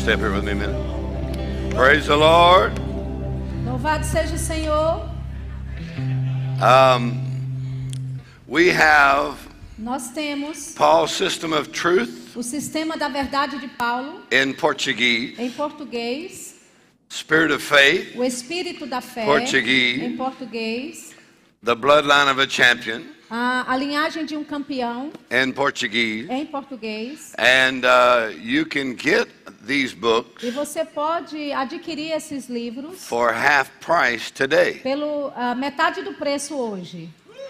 step here with me a minute. Praise the Lord. Louvado seja o Senhor. Nós temos Paul's System of Truth o sistema da verdade de Paulo in Portuguese, em português, Spirit of Faith, o Espírito da Fé Português, em português, The Bloodline of a Champion a linhagem de um campeão in Portuguese, em português. and you can get these books E você pode adquirir esses livros for half price today. pelo metade do preço hoje.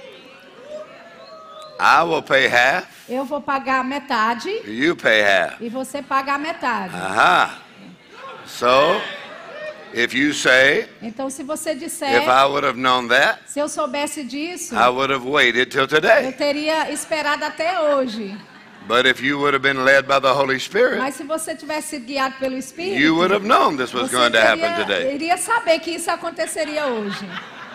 I will pay half, Eu vou pagar metade you pay half. e você paga a metade. Aha. So, if you say, Então, se você disser, if I would have known that, se eu soubesse disso, I would have waited till eu today. teria esperado até hoje. But if you would have been led by the Holy Spirit, Mas se você tivesse sido guiado pelo Espírito, you would have known this was você going to happen today. iria saber que isso aconteceria hoje.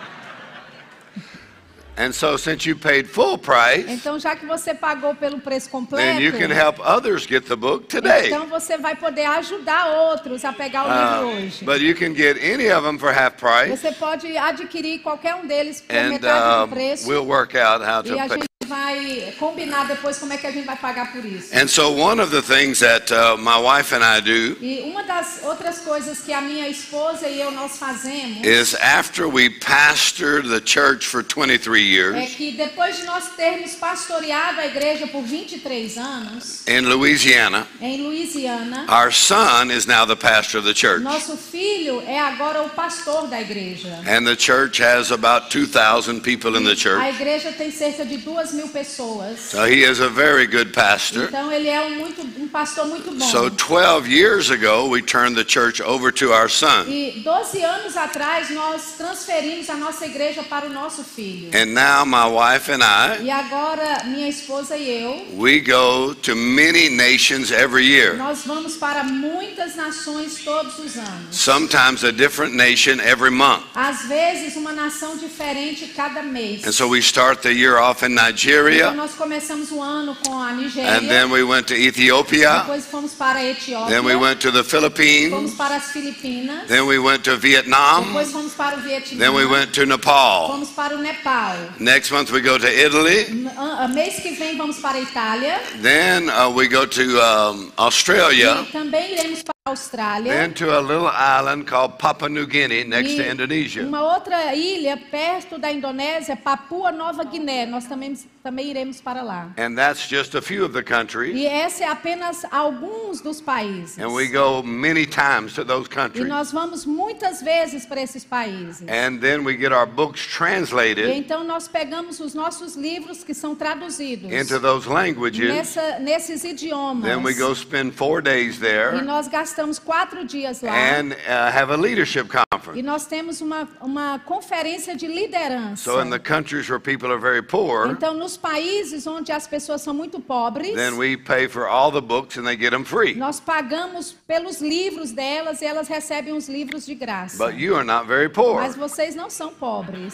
And so since you paid full price, Então, já que você pagou pelo preço then you can completo, help others get the book today. então você vai poder ajudar outros a pegar o livro hoje. But you can get any of them for half price, Você pode adquirir qualquer um deles por and metade do preço. we'll work out how E a to pay. gente vai combinar depois como é que a gente vai pagar por isso. And so one of the things that my wife and I do E uma das outras coisas que a minha esposa e eu nós fazemos is after we pastored the church for 23 é years que depois de nós termos pastoreado a igreja por 23 anos in Louisiana, em Louisiana, our son is now the pastor of the church. nosso filho é agora o pastor da igreja. And the church has about 2,000 people in the A church. igreja tem cerca de 2.000 pessoas. So he is a very good pastor. Então ele é um pastor muito bom. So 12 years ago, we turned the church over to our son. E 12 anos atrás nós transferimos a nossa igreja para o nosso filho. And now my wife and I, E agora minha esposa e eu, we go to many nations every year. nós vamos para muitas nações todos os anos. Sometimes a different nation every month. Às vezes uma nação diferente cada mês. And so we start the year off in Então Nigeria, nós começamos o ano com a Nigéria. and then we went to Ethiopia, Depois fomos para a Etiópia. then we went to the Fomos Philippines, para as Filipinas. then we went to Vietnam, Depois fomos para o Vietnã. then we went to Nepal. Fomos para o Nepal. Next month we go to Italy, Mês que vem vamos para a Itália. then we go to Australia, E também iremos para a Austrália. then to a little island called Papua New Guinea next to E Indonesia. uma outra ilha perto da Indonésia, Papua Nova Guiné. Nós também iremos para lá. And that's just a few of the countries. E esse é apenas alguns dos países. And we go many times to those E countries. nós vamos muitas vezes para esses países. And then we get our books E translated então nós pegamos os nossos livros que são traduzidos into those languages. nesses idiomas. Then we go spend 4 days E there nós gastamos 4 dias lá. and have a leadership E conference. nós temos uma conferência de liderança. So in the countries where people are very poor, Então, nos países onde as pessoas são muito pobres, then we pay for all the books and they get them free. nós pagamos pelos livros delas e elas recebem os livros de graça. But you are not very poor. Mas vocês não são pobres.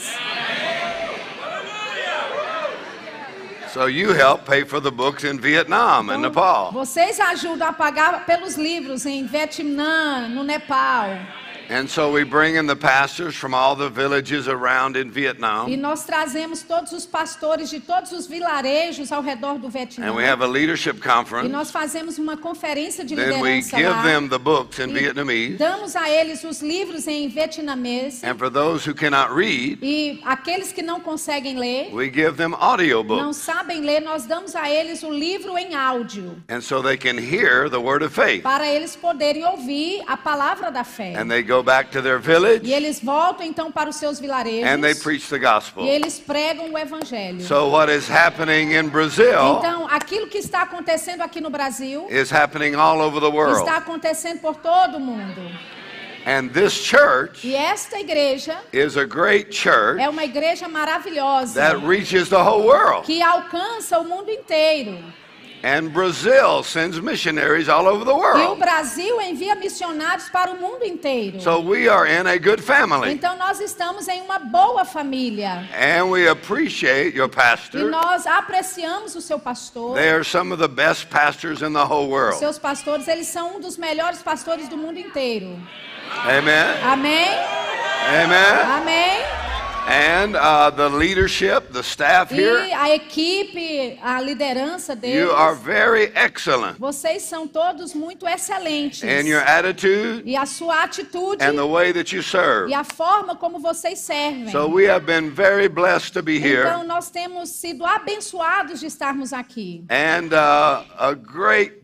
So you help pay for the books in Vietnam and Então, Nepal. vocês ajudam a pagar pelos livros em Vietnã, no Nepal. And so we bring in the pastors from all the villages around in E Vietnam. nós trazemos todos os pastores de todos os vilarejos ao redor do Vietnã. And we have a leadership E conference. nós fazemos uma conferência de Then we liderança give lá. them the books in E Vietnamese. damos a eles os livros em vietnamês. And for those who cannot read, E aqueles que não conseguem ler, we give them não audiobooks. sabem ler, nós damos a eles o livro em áudio. And so they can hear the word of faith. Para eles poderem ouvir a palavra da fé. And they go back to their E village eles voltam então para os seus vilarejos. and they preach the E gospel. eles pregam o evangelho. So what is happening in Brazil Então, aquilo que está acontecendo aqui no Brasil is happening all over the world. está acontecendo por todo o mundo. And this church E esta igreja is a great church é uma igreja maravilhosa that reaches the whole world. que alcança o mundo inteiro. And Brazil sends missionaries all over the E o world. Brasil envia missionários para o mundo inteiro. So we are in a good family. Então nós estamos em uma boa família. And we appreciate your E pastor. nós apreciamos o seu pastor. They are some of the best pastors in the whole world. Seus pastores, eles são um dos melhores pastores do mundo inteiro. Amen. Amém? Amen. Amém? And the leadership, the staff here, E a equipe, a liderança deles, you are very excellent vocês são todos muito excelentes. in your attitude E a sua atitude and the way that you serve. e a forma como vocês servem. So we have been very blessed to be here. Então nós temos sido abençoados de estarmos aqui. And a great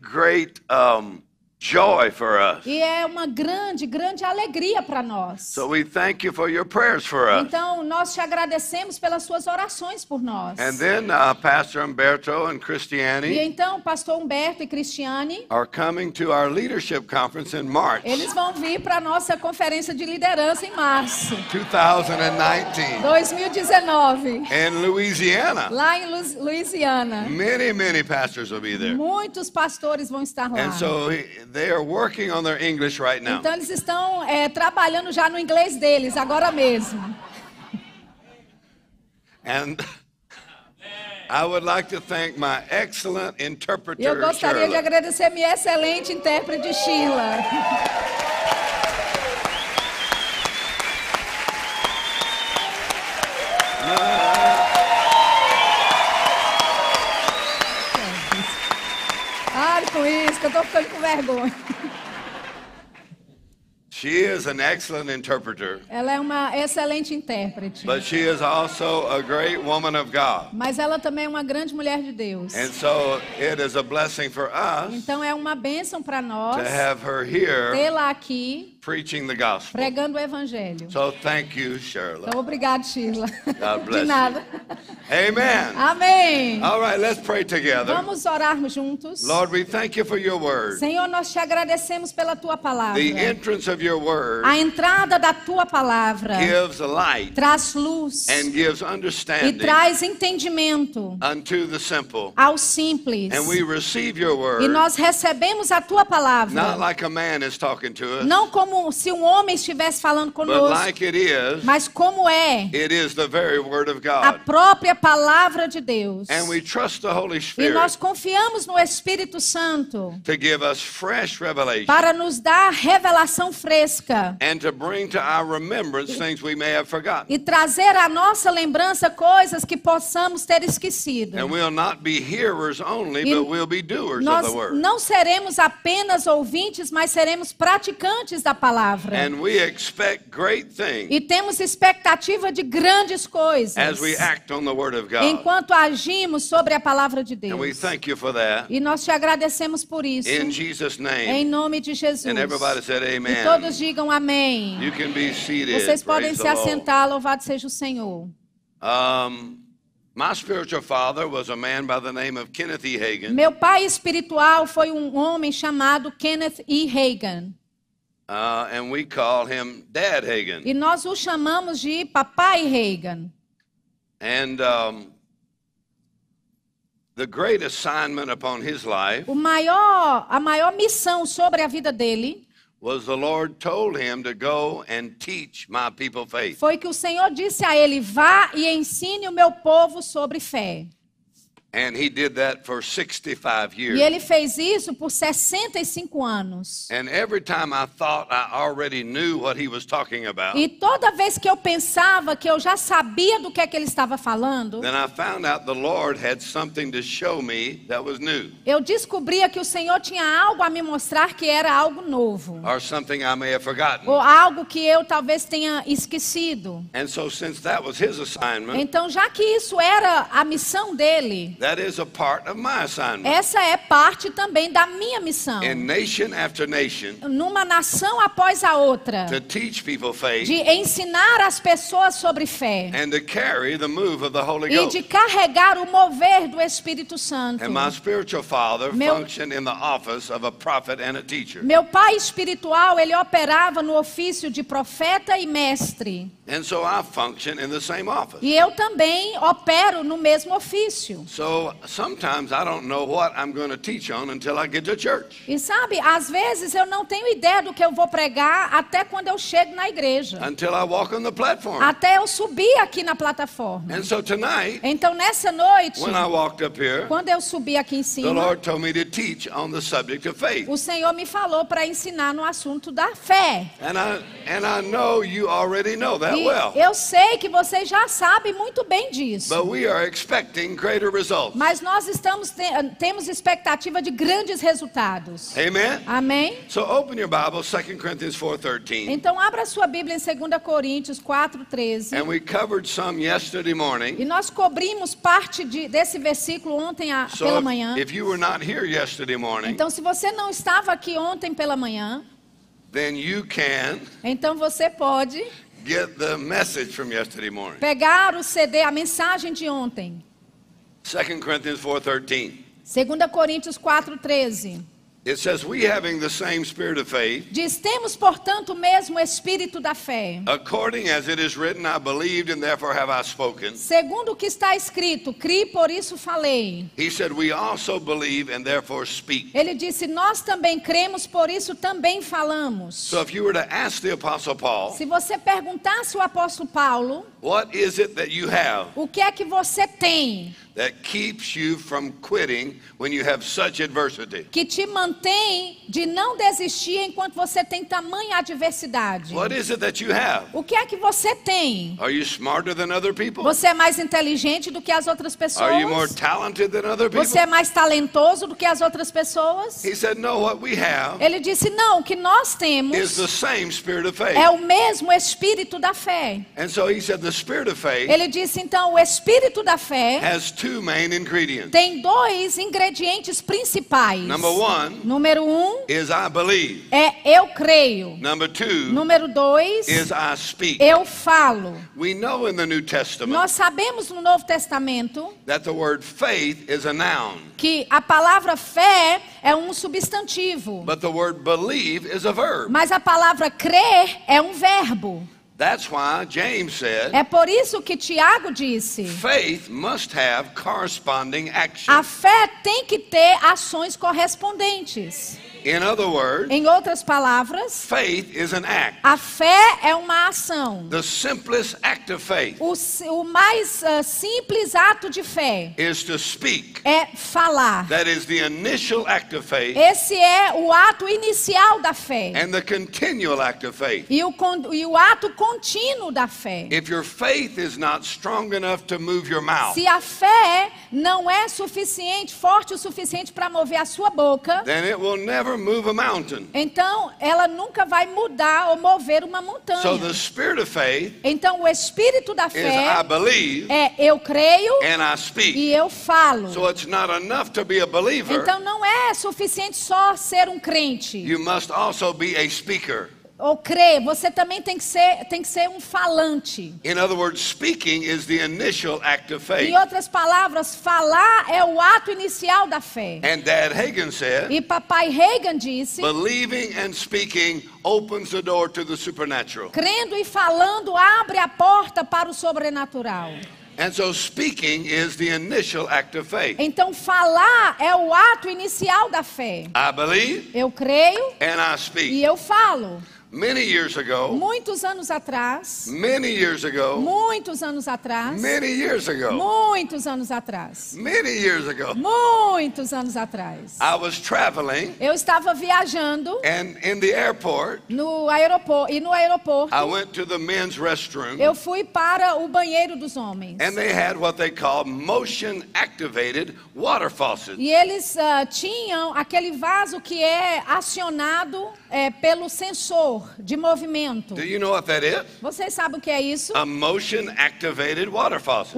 joy for us. E é uma grande, grande alegria para nós. So we thank you for your prayers for us. Então nós te agradecemos pelas suas orações por nós. And then Pastor Humberto and E Christiane então pastor Humberto e Cristiane, are coming to our leadership conference in March eles vão vir para a nossa conferência de liderança em março 2019 2019, in Louisiana. lá em Louisiana. Many pastors will be there. Muitos pastores vão estar lá. And so they are working on their English right now. Então eles estão trabalhando já no inglês deles, agora mesmo. And I would like to thank my excellent E eu interpreter, gostaria de Shirley. agradecer minha excelente intérprete, Sheila. Pare com isso, que eu tô ficando com vergonha. She is an excellent interpreter, Ela é uma excelente intérprete. but she is also a great woman of God. Mas ela também é uma grande mulher de Deus. And so it is a blessing for us Então é uma bênção para nós to have her here tê-la aqui preaching the gospel. pregando o evangelho. So thank you, Shirley. Então, obrigado, Sheila. God bless De nada. Amen. Amém. All right, let's pray together. Vamos orarmos juntos. Lord, we thank you for your word. Senhor, nós te agradecemos pela tua palavra. The entrance of your word A entrada da tua palavra gives light traz luz and gives e understanding traz entendimento unto the simple. aos simples. And we receive your E word nós recebemos a tua not palavra, like a man is talking to us, não como se um homem estivesse falando but conosco, like it is, mas como é it is the very word of a God. própria palavra de Deus. And we trust the Holy E Spirit nós confiamos no Espírito Santo to give us fresh revelation para nos dar revelação fresca and to bring to our remembrance things we may have forgotten. e trazer à nossa lembrança coisas que possamos ter esquecido. And we'll not be hearers only, E but we'll be doers of Nós the word. não seremos apenas ouvintes, mas seremos praticantes da palavra. And we expect great things E temos expectativa de grandes coisas as we act on the word of God. enquanto agimos sobre a palavra de And we Deus. thank you for that. E nós te agradecemos por isso. In Jesus' Em name. nome de Jesus. And everybody said E amen. todos digam amém. You can be seated. Vocês podem Praise se the Lord. assentar, louvado seja o Senhor. My spiritual father was a man by the name of Kenneth E. Hagin. Meu pai espiritual foi um homem chamado Kenneth E. Hagin. And we call him Dad Hagin. E nós o chamamos de Papai Hagin. And the great assignment upon his life A maior missão sobre a vida dele was the Lord told him to go and teach my people faith. foi que o Senhor disse a ele: vá e ensine o meu povo sobre fé. And he did that for 65 E years. ele fez isso por 65 anos. And every time I thought I already knew what he was talking about, E toda vez que eu pensava que eu já sabia do que é que ele estava falando, then I found out the Lord had something to show me that was new, eu descobria que o Senhor tinha algo a me mostrar que era algo novo. or something I may have forgotten. Ou algo que eu talvez tenha esquecido. And so since that was his assignment, Então, já que isso era a missão dele, that is a part of my assignment. essa é parte também da minha missão. In nation after nation, Numa nação após a outra, to teach people faith de ensinar as pessoas sobre fé and to carry the move of the Holy e Ghost. de carregar o mover do Espírito Santo. And my spiritual father Meu- functioned in the office of a prophet and a teacher. Meu pai espiritual, ele operava no ofício de profeta e mestre. And so I function in the same office. E eu também opero no mesmo ofício. So sometimes I don't know what I'm going to teach on until I get to church. E sabe, às vezes eu não tenho ideia do que eu vou pregar até quando eu chego na igreja. Until I walk on the platform. Até eu subir aqui na plataforma. And so tonight, Então nessa noite, when I walked up here, quando eu subi aqui em the cima, Lord told me to teach on the subject of faith. o Senhor me falou para ensinar no assunto da fé. And I know you already know that E well. eu sei que vocês já sabem muito bem disso. But we are expecting greater results. Mas nós temos expectativa de grandes resultados. Amen? Amém? So open your Bible, 2 Corinthians 4:13. Então abra sua Bíblia em 2 Coríntios 4:13. And we covered some yesterday morning. E nós cobrimos parte desse versículo ontem So pela manhã. if you were not here yesterday morning, Então se você não estava aqui ontem pela manhã, then you can então você pode get the message from yesterday morning. pegar o CD, a mensagem de ontem. 2 Corinthians 4:13. 2 Coríntios 4:13. It says, we having the same spirit of faith, Diz: temos, portanto, o mesmo espírito da fé. according as it is written, I believed and therefore have I spoken. Segundo o que está escrito, criei, por isso falei. He said, we also believe and therefore speak. Ele disse: nós também cremos, por isso também falamos. So if you were to ask the Apostle Paul, Se você perguntasse ao apóstolo Paulo, what is it that you have o que é que você tem that keeps you from quitting when you have such adversity? que te mantém de não desistir enquanto você tem tamanha adversidade? What is it that you have? O que é que você tem? Are you smarter than other people? Você é mais inteligente do que as outras Are you more pessoas? talented than other people? Você é mais talentoso do que as outras pessoas? He said, no, what we have Ele disse: não, o que nós is temos the same spirit of faith. é o mesmo espírito da fé. And so he said, the spirit of faith Ele disse: então, o espírito da fé has two main ingredients. tem dois ingredientes principais. Number one Número 1 is I believe. é eu creio. Number two Número 2, is I speak. eu falo. We know in the New Testament Nós sabemos no Novo Testamento that the word faith is a noun, que a palavra fé é um substantivo, but the word believe is a verb. mas a palavra crer é um verbo. That's why James said, É por isso que Tiago disse: faith must have corresponding action. a fé tem que ter ações correspondentes. In other words, Em outras palavras, faith is an act. a fé é uma ação. The simplest act of faith O mais simples ato de fé is to speak. é falar. That is the initial act of faith Esse é o ato inicial da fé. and the continual act of faith. E o ato contínuo da fé. If your faith is not strong enough to move your mouth, Se a fé não é suficiente, forte o suficiente para mover a sua boca, then it will never move a mountain. então ela nunca vai mudar ou mover uma So montanha. the spirit of faith Então o espírito da is fé I believe é eu creio and I speak. e eu falo. So it's not enough to be a believer. Então não é suficiente só ser um crente You must also be a speaker. ou crer, você também tem que ser um falante. In other words, speaking is the initial act of faith. Em outras palavras, falar é o ato inicial da fé. And Dad Hagen said, E papai Reagan disse: believing and speaking opens the door to the supernatural. crendo e falando abre a porta para o sobrenatural. And so speaking is the initial act of faith. Então falar é o ato inicial da fé. I believe Eu creio and I e speak. eu falo. Many years ago, Muitos anos atrás, many years ago, muitos anos atrás, many years ago, muitos anos atrás, many years ago, muitos anos atrás, I was traveling eu estava viajando and in the airport, no aeroporto, e no aeroporto I went to the men's restroom eu fui para o banheiro dos homens. and they had what they call motion activated water faucets. E eles tinham aquele vaso que é acionado pelo sensor de movimento. Do you know what that is? Vocês sabem o que é isso? A motion activated water faucet.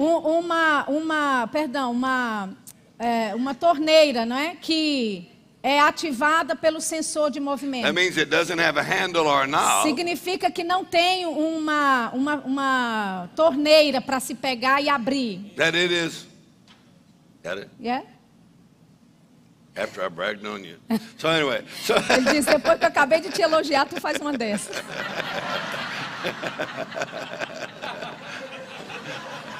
Uma torneira, não é? Que é ativada pelo sensor de movimento. That means it doesn't have a handle or a knob. Significa que não tem uma torneira para se pegar e abrir. That it is. Got it? Yeah? After I bragged on you. So anyway, Ele disse: depois que eu acabei de te elogiar, tu faz uma dessa.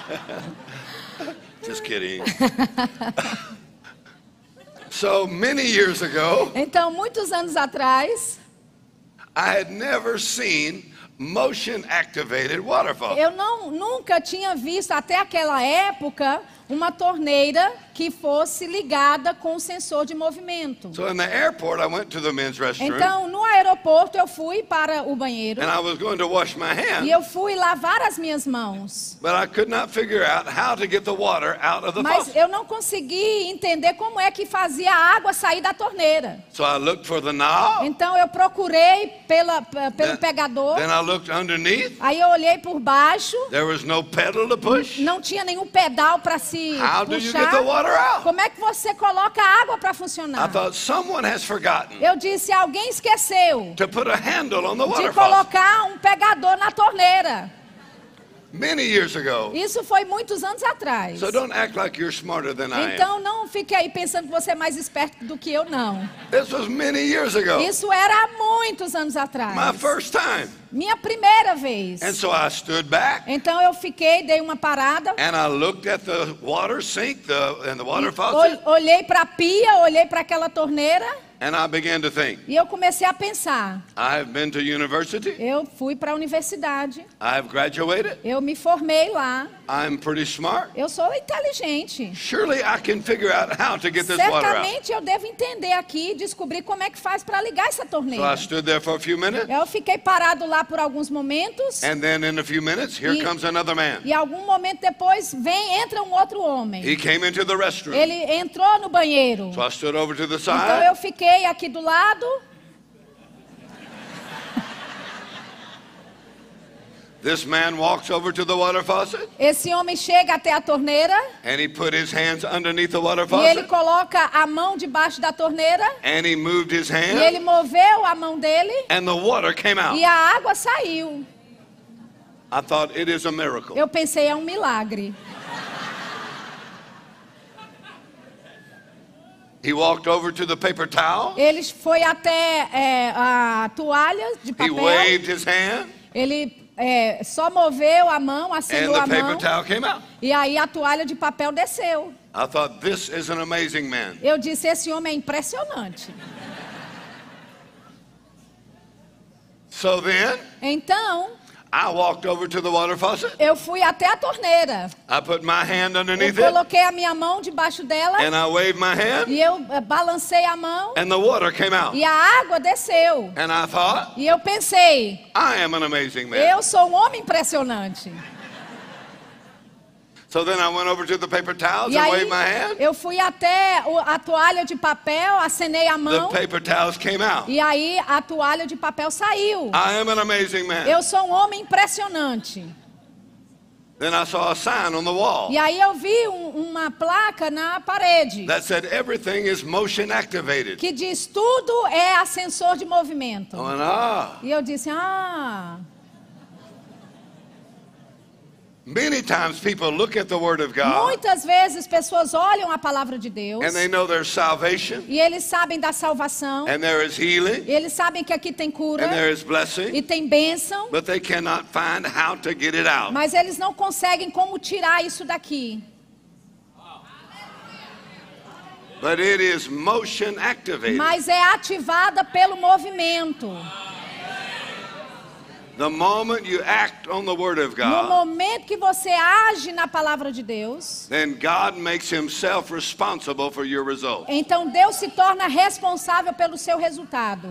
Just kidding. So many years ago, Então, muitos anos atrás, I had never seen motion-activated waterfall. eu nunca tinha visto até aquela época uma torneira que fosse ligada com sensor de movimento. So in the airport, I went to the men's restroom, Então, no aeroporto, eu fui para o banheiro and I was going to wash my e hands, eu fui lavar as minhas mãos. but I could not figure out how to get the water out of the Mas faucet. eu não consegui entender como é que fazia a água sair da torneira. So I looked for the knob, Então, eu procurei pelo pegador. then I looked underneath. Aí eu olhei por baixo. There was no pedal to push. Não tinha nenhum pedal para se How do you puxar. get the water out? Como é que você coloca a água para I funcionar? thought someone has forgotten Eu disse, alguém esqueceu to put a handle on the de water faucet. colocar um pegador na torneira. Many years ago. Isso foi muitos anos atrás. So don't act like you're smarter than I am. Então não fique aí pensando que você é mais esperto do que eu, não. This was many years ago. Isso era há muitos anos atrás. My first time. Minha primeira vez. And so I stood back Então eu fiquei, dei uma parada. and I looked at the water sink and the water faucet, Olhei para a pia, olhei para aquela torneira and I began to think. e eu comecei a pensar. I've been to university. Eu fui para a universidade, I've graduated. eu me formei lá, I'm pretty smart. eu sou inteligente. Surely I can figure out how to get this water out. Certamente eu devo entender aqui e descobrir como é que faz para ligar essa So I torneira. stood there for a few minutes, Eu fiquei parado lá por alguns momentos and then in a few minutes, here E- comes another man. e algum momento depois entra um outro homem. He came into the restroom. Ele entrou no banheiro. So I stood over to the Então side. eu fiquei aqui do lado. This man walks over to the water faucet, Esse homem chega até a torneira and he put his hands underneath the water e ele faucet, coloca a mão debaixo da torneira and he moved his e ele hand, moveu a mão dele and the water came out. e a água saiu. I thought, it is a miracle. Eu pensei, é um milagre. He walked over to the paper towel. Ele foi até a toalha de He papel. waved his hand, Ele só moveu a mão, and acenou the a paper mão. towel came out. E aí a toalha de papel desceu. I thought, this is an amazing man. Eu disse, esse homem é impressionante. So then, Então, I walked over to the water faucet. eu fui até a torneira. I put my hand Eu underneath it, coloquei a minha mão debaixo dela and I waved my hand, e eu balancei a mão and the water came out. e a água desceu. And I thought, E eu pensei, I am an amazing man. eu sou um homem impressionante. So then I went over to the paper towels E and aí waved my hand. eu fui até a toalha de papel, acenei a The mão paper towels came out. e aí a toalha de papel saiu. I am an amazing man. Eu sou um homem impressionante. Then I saw a sign on the wall E aí eu vi uma placa na parede that said everything is motion activated. que diz tudo é ascensor de movimento. I went, ah. E eu disse, Many times people look at the Word of God muitas vezes pessoas olham a palavra de Deus and they know there's salvation e eles sabem da salvação, and there is healing e eles sabem que aqui tem cura and there is blessing, e tem bênção, but they cannot find how to get it out. mas eles não conseguem como tirar isso daqui. But it is motion activated. Mas é ativada pelo movimento. The moment you act on the Word of No God, momento que você age na palavra de Deus, then God makes Himself responsible for your result. então Deus se torna responsável pelo seu resultado.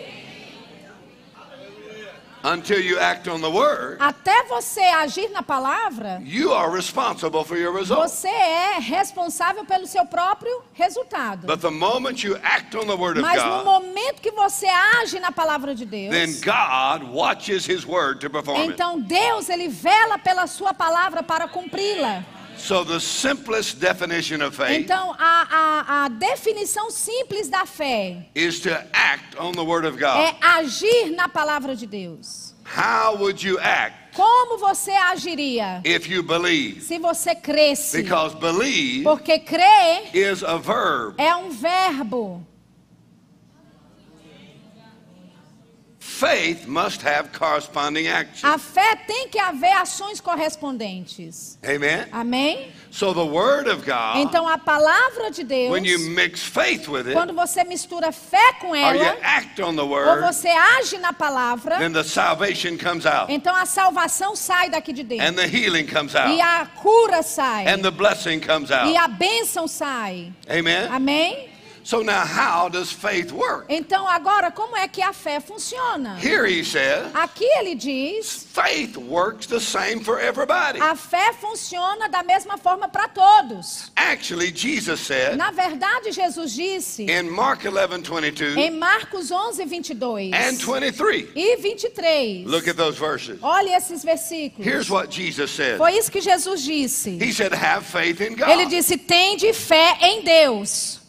Until you act on the Word, Até você agir na palavra, you are responsible for your result. você é responsável pelo seu próprio resultado. But the moment you act on the Word of Mas no God, momento que você age na palavra de Deus, then God watches His Word to perform it. então Deus, ele vela pela sua palavra para cumpri-la. So the simplest definition of faith Então a definição simples da fé is to act on the Word of God. é agir na palavra de Deus. How would you act Como você agiria if you believe? se você cresce? Because believe Porque crer is a verb. é um verbo. faith must have corresponding action. A fé tem que haver ações correspondentes. Amen? Amém? So the Word of God, Então a palavra de Deus, when you mix faith with it, quando você mistura fé com or you ela, act on the ou Word, você age na palavra, then the salvation comes out, então a salvação sai daqui de dentro. and the healing comes E out, a cura sai. and the blessing comes E out. a bênção sai. Amen? Amém? So now how does faith work? Então agora, como é que a fé funciona? Here he says, Aqui ele diz, faith works the same for everybody. a fé funciona da mesma forma para todos. Actually, Jesus said Na verdade, Jesus disse, in Mark 11:22 em Marcos 11, 22 and 23, e 23, look at those verses. olhe esses versículos. Here's what Jesus said. Foi isso que Jesus disse. He said, have faith in Ele God. disse, tende fé em Deus.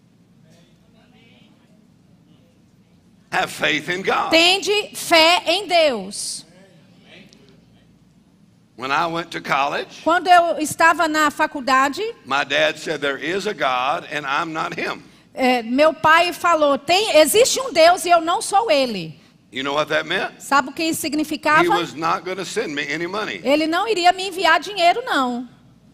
Have faith in God. Tende fé em Deus. When I went to college, Quando eu estava na faculdade, my dad said, there is a God and I'm not him. meu pai falou, existe um Deus e eu não sou ele. You know what that meant? Sabe o que isso He significava? was not going to send me any money. Ele não iria me enviar dinheiro, não.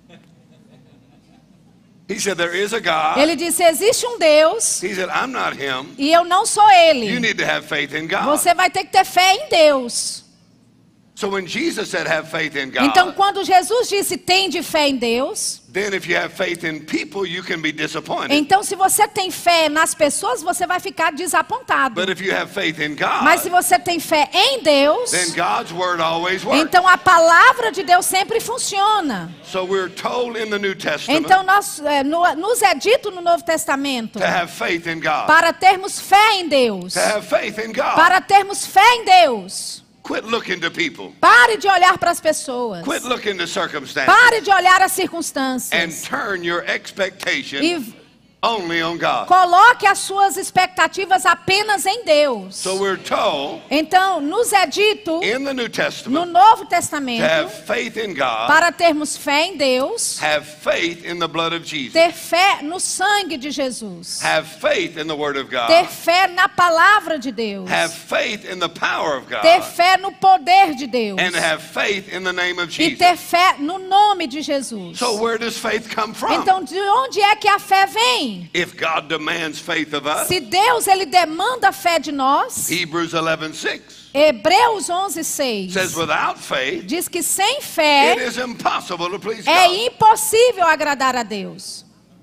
He said, there is a God. Ele disse, existe um Deus He said, I'm not him. e eu não sou You ele. need to have faith in God. Você vai ter que ter fé em Deus. So when Jesus said, have faith in Então, God, quando Jesus disse, tende fé em Deus, then if you have faith in people, you can be disappointed. então se você tem fé nas pessoas, você vai ficar desapontado. But if you have faith in Mas se God, você tem fé em Deus, then God's word always works. então a palavra de Deus sempre funciona. So we're told in the New Testament Então nos é dito no Novo Testamento to have faith in God. para termos fé em Deus. To have faith in God. Para termos fé em Deus. Quit looking to people. Pare de olhar para as pessoas. Quit looking to circumstances. Pare de olhar as And circunstâncias. turn your expectation E only on God. coloque as suas expectativas apenas em Deus. So we're told Então, nos é dito in the New no Testament Novo to Testamento have faith in God, para termos fé em Deus, have faith in the blood of Jesus, ter fé no sangue de Jesus, have faith in the Word of ter God, fé na palavra de Deus, have faith in the power of ter God, fé no poder de Deus and have faith in the name of e Jesus. ter fé no nome de Jesus. So where does faith come from? Então, de onde é que a fé vem? If God demands faith of us, Se Deus ele demanda fé de nós, Hebrews 11:6 Hebreus 11:6 says, without faith, diz que sem it fé is impossible to please é God. impossível agradar a Deus.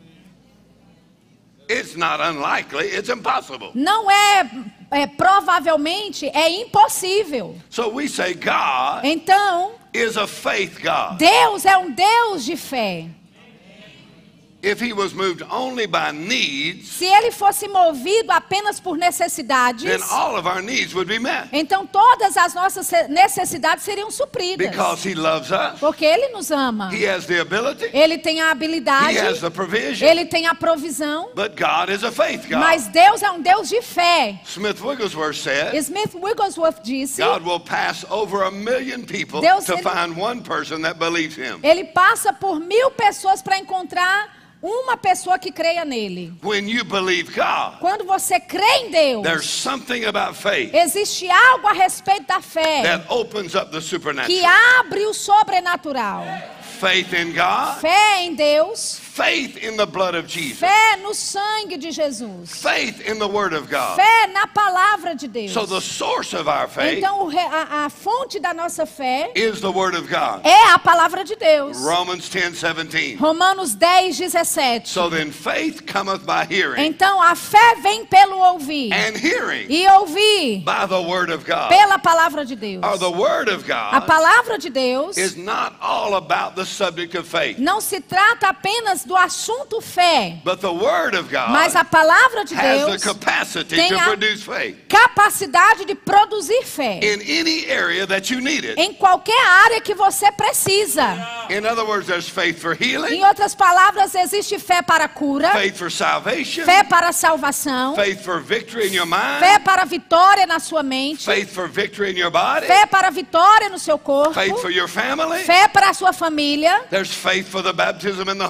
It's not unlikely, it's impossible. Não provavelmente, é impossível. So we say God Então, is a faith God. Deus é um Deus de fé. If he was moved only by needs, Se ele fosse movido apenas por necessidades, then all of our needs would be met. então todas as nossas necessidades seriam supridas. Because he loves us, Porque ele nos ama. he has the ability, Ele tem a he habilidade, has the provision, ele tem a provisão, but God is a faith God. mas Deus é um Deus de fé. Smith Wigglesworth said, Smith Wigglesworth disse, God will pass over 1 million people Deus, to ele- find one person that believes him. ele passa por 1000 pessoas para encontrar uma pessoa que creia nele. When you believe God, Quando você crê em Deus, there's something about faith existe algo a respeito da fé that opens up the que supernatural. abre o sobrenatural. Faith in God, Fé em Deus, faith in the blood of Jesus, fé no sangue de Jesus, faith in the Word of God. fé na palavra de Deus. So the source of our faith Então a fonte da nossa fé is the Word of God. é a palavra de Deus. Romans 10:17. Romanos 10, 17. So then faith cometh by hearing, Então a fé vem pelo ouvir and hearing e ouvir by the Word of God. pela palavra de Deus. Or the Word of A God palavra de Deus is not all about the subject of faith, não se trata apenas do assunto fé, but the Word of mas God a palavra de has the Deus capacity tem to a- produce faith capacidade de produzir fé in any area that you need it. em qualquer área que você precisa. In other words, there's faith for healing, Em outras palavras, existe fé para cura, faith for salvation, fé para salvação, faith for victory in your fé mind, para vitória na sua mente, faith for victory in your body, fé para vitória no seu corpo, faith for your family. fé para a sua família. There's faith for the baptism in the Holy Existe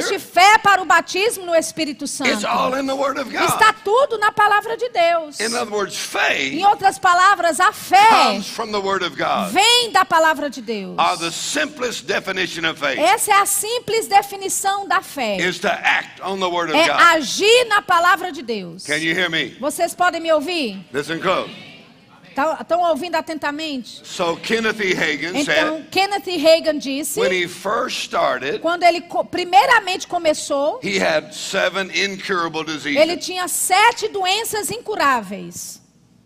existe fé para o batismo no Espírito Santo. It's all in the Word of God. Está tudo na palavra de Deus. In other words, faith Em outras palavras, a fé comes from the Word of God. vem da palavra de Deus. The simplest definition of faith Essa é a simples definição da fé. is to act on the Word of É God. agir na palavra de Deus. Can you hear me? Vocês podem me ouvir? Listen close. Estão ouvindo atentamente? So Kenneth E. Hagin Então, said, Kenneth Hagin disse, when he first started, quando ele primeiramente começou, he had 7 incurable diseases. ele tinha 7 doenças incuráveis.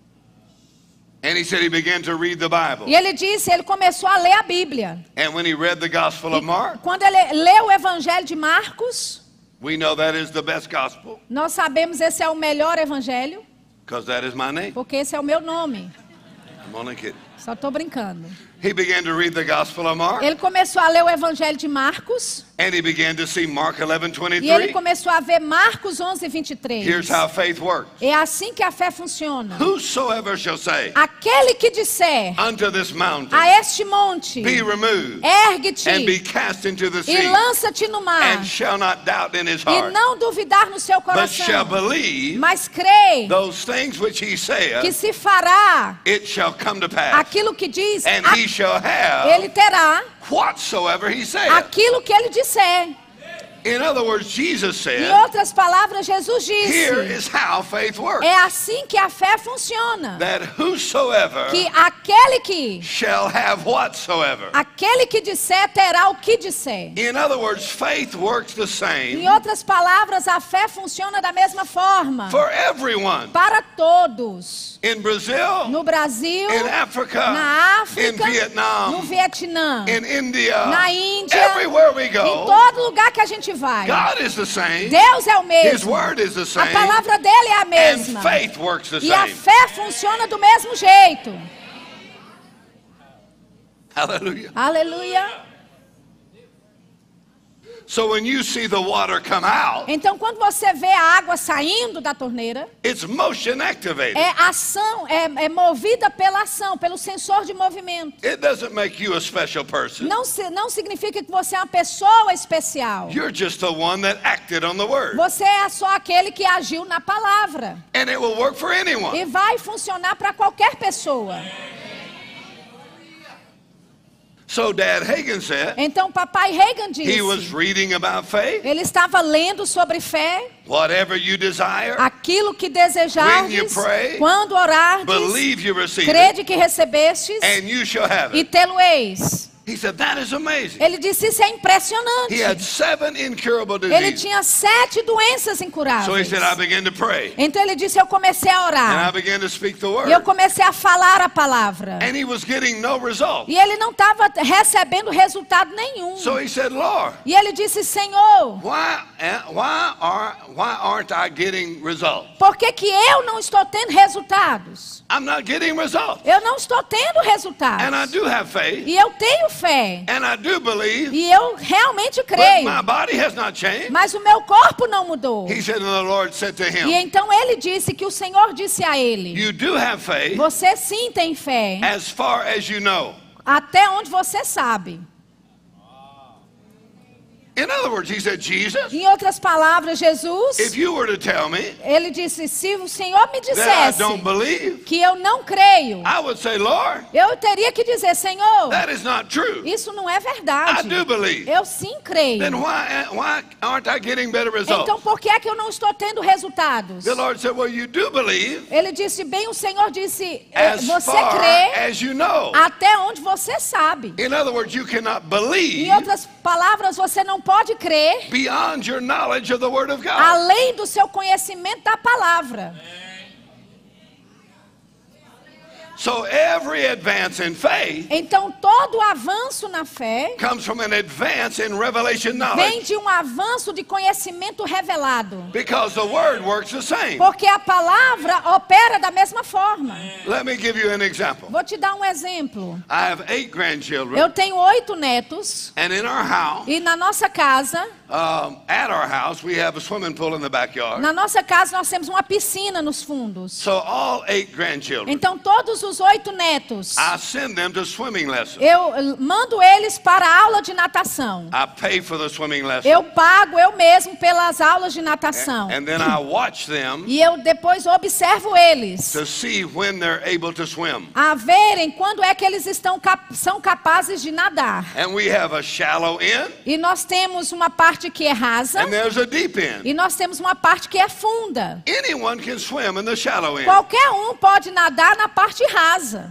And he said he began to read the Bible. E ele disse, ele começou a ler a Bíblia. And when he read the Gospel of Mark, Quando ele leu o Evangelho de Marcos, we know that is the best gospel nós sabemos esse é o melhor evangelho, because that is my name. porque esse é o meu nome. I'm only kidding. Só estou brincando. He began to read the Gospel of Mark, Ele começou a ler o Evangelho de Marcos. and he began to see Mark E ele 11:23. começou a ver Marcos 11:23. Here's how faith works. É assim que a fé funciona. Whosoever shall say Aquele que disser unto this mountain, a este monte, be removed ergue-te and be cast into the e sea, lança-te no mar, and shall not doubt in his e heart, não duvidar no seu but shall coração, believe mas crê those things which he que saith, se fará it shall come to pass, aquilo que diz, and he shall have ele terá whatsoever he saith. aquilo que ele disser. In other words, Jesus Em said, outras palavras, Jesus here disse, is how faith works. é assim que a fé funciona. That whosoever Que aquele que shall have whatsoever. Aquele que disser terá o que disser. In other words, faith works the same Em outras palavras, a fé funciona da mesma forma for everyone. para todos. In Brazil, No Brasil, in Africa, na in África, no Vietnam, Vietnã, in India, na Índia, everywhere we em go, todo lugar que a gente vai. God is the same. Deus é o His mesmo. word is the A same. palavra dele é a And mesma. faith works the E a same. fé funciona do mesmo jeito. Hallelujah. Aleluia. So when you see the water come out, Então, quando você vê a água saindo da torneira, it's motion activated. é ação, é movida pela ação, pelo sensor de movimento. It doesn't make you a special person. Não significa que você é uma pessoa especial. You're just the one that acted on the word. Você é só aquele que agiu na palavra. And it will work for anyone. E vai funcionar para qualquer pessoa. So Dad Hagin said Então, papai Reagan he was disse, reading about faith. ele estava lendo sobre fé, Whatever you desire, aquilo que When you desejardes, pray, quando orardes, believe you receive it, crede que recebestes and you shall have e it. tê-lo-eis. He said, that is amazing. Ele disse, isso é impressionante. He had 7 incurable Ele diseases. tinha 7 doenças So he incuráveis. said, I began to pray. Então ele disse, eu comecei a And I orar. began to speak the E eu word. comecei a falar a palavra. And he was getting no result. E ele não estava recebendo resultado nenhum. So he said, Lord, E ele disse, Senhor, why aren't I getting results? por que que eu não estou tendo resultados? I'm not getting results. Eu não estou tendo And I resultados. do have faith. E eu tenho fé. And I do believe. E eu realmente But creio. my body has not changed. Mas o meu corpo não mudou. He said, and the Lord said to E him, então ele disse que o Senhor disse a ele, you do have faith você sim tem fé, as far as you know. até onde você sabe. In other words, he said, Jesus, Em outras palavras, Jesus, if you were to tell me ele disse, se o Senhor me that I dissesse don't believe, que eu não creio, I would say, Lord, eu teria que dizer, Senhor, that is not true. isso não é I verdade. do believe. Eu sim creio. Then why aren't I getting better Então results? por que é que eu não estou tendo resultados? The Lord said, well, you do believe Ele disse, bem, o Senhor disse, as você far crê as you know. até onde você sabe. In other words, you cannot Em believe outras palavras, você não pode crer beyond your knowledge of the Word of God. além do seu conhecimento da palavra. So every advance in faith Então todo avanço na fé comes from an advance in revelation vem knowledge. de um avanço de conhecimento revelado. Because the Word works the same. Porque a palavra opera da mesma forma. Let me give you an example. Vou te dar um exemplo. I have 8 grandchildren, Eu tenho 8 netos and in our house, e na nossa casa, at our house, we have a swimming pool in the backyard. nós temos uma piscina nos fundos. So all 8 grandchildren, Então todos nossos 8 netos. I send them to swimming lessons. Eu mando eles para a aula de natação. I pay for the swimming lesson. Eu pago eu mesmo pelas aulas de natação. And then I watch them E eu depois observo eles. to see when they're able to swim. A verem quando é que eles são capazes de nadar. And we have a shallow end, E nós temos uma parte que é rasa. and there's a deep end. E nós temos uma parte que é funda. Anyone can swim in the shallow end. Qualquer um pode nadar na parte rasa.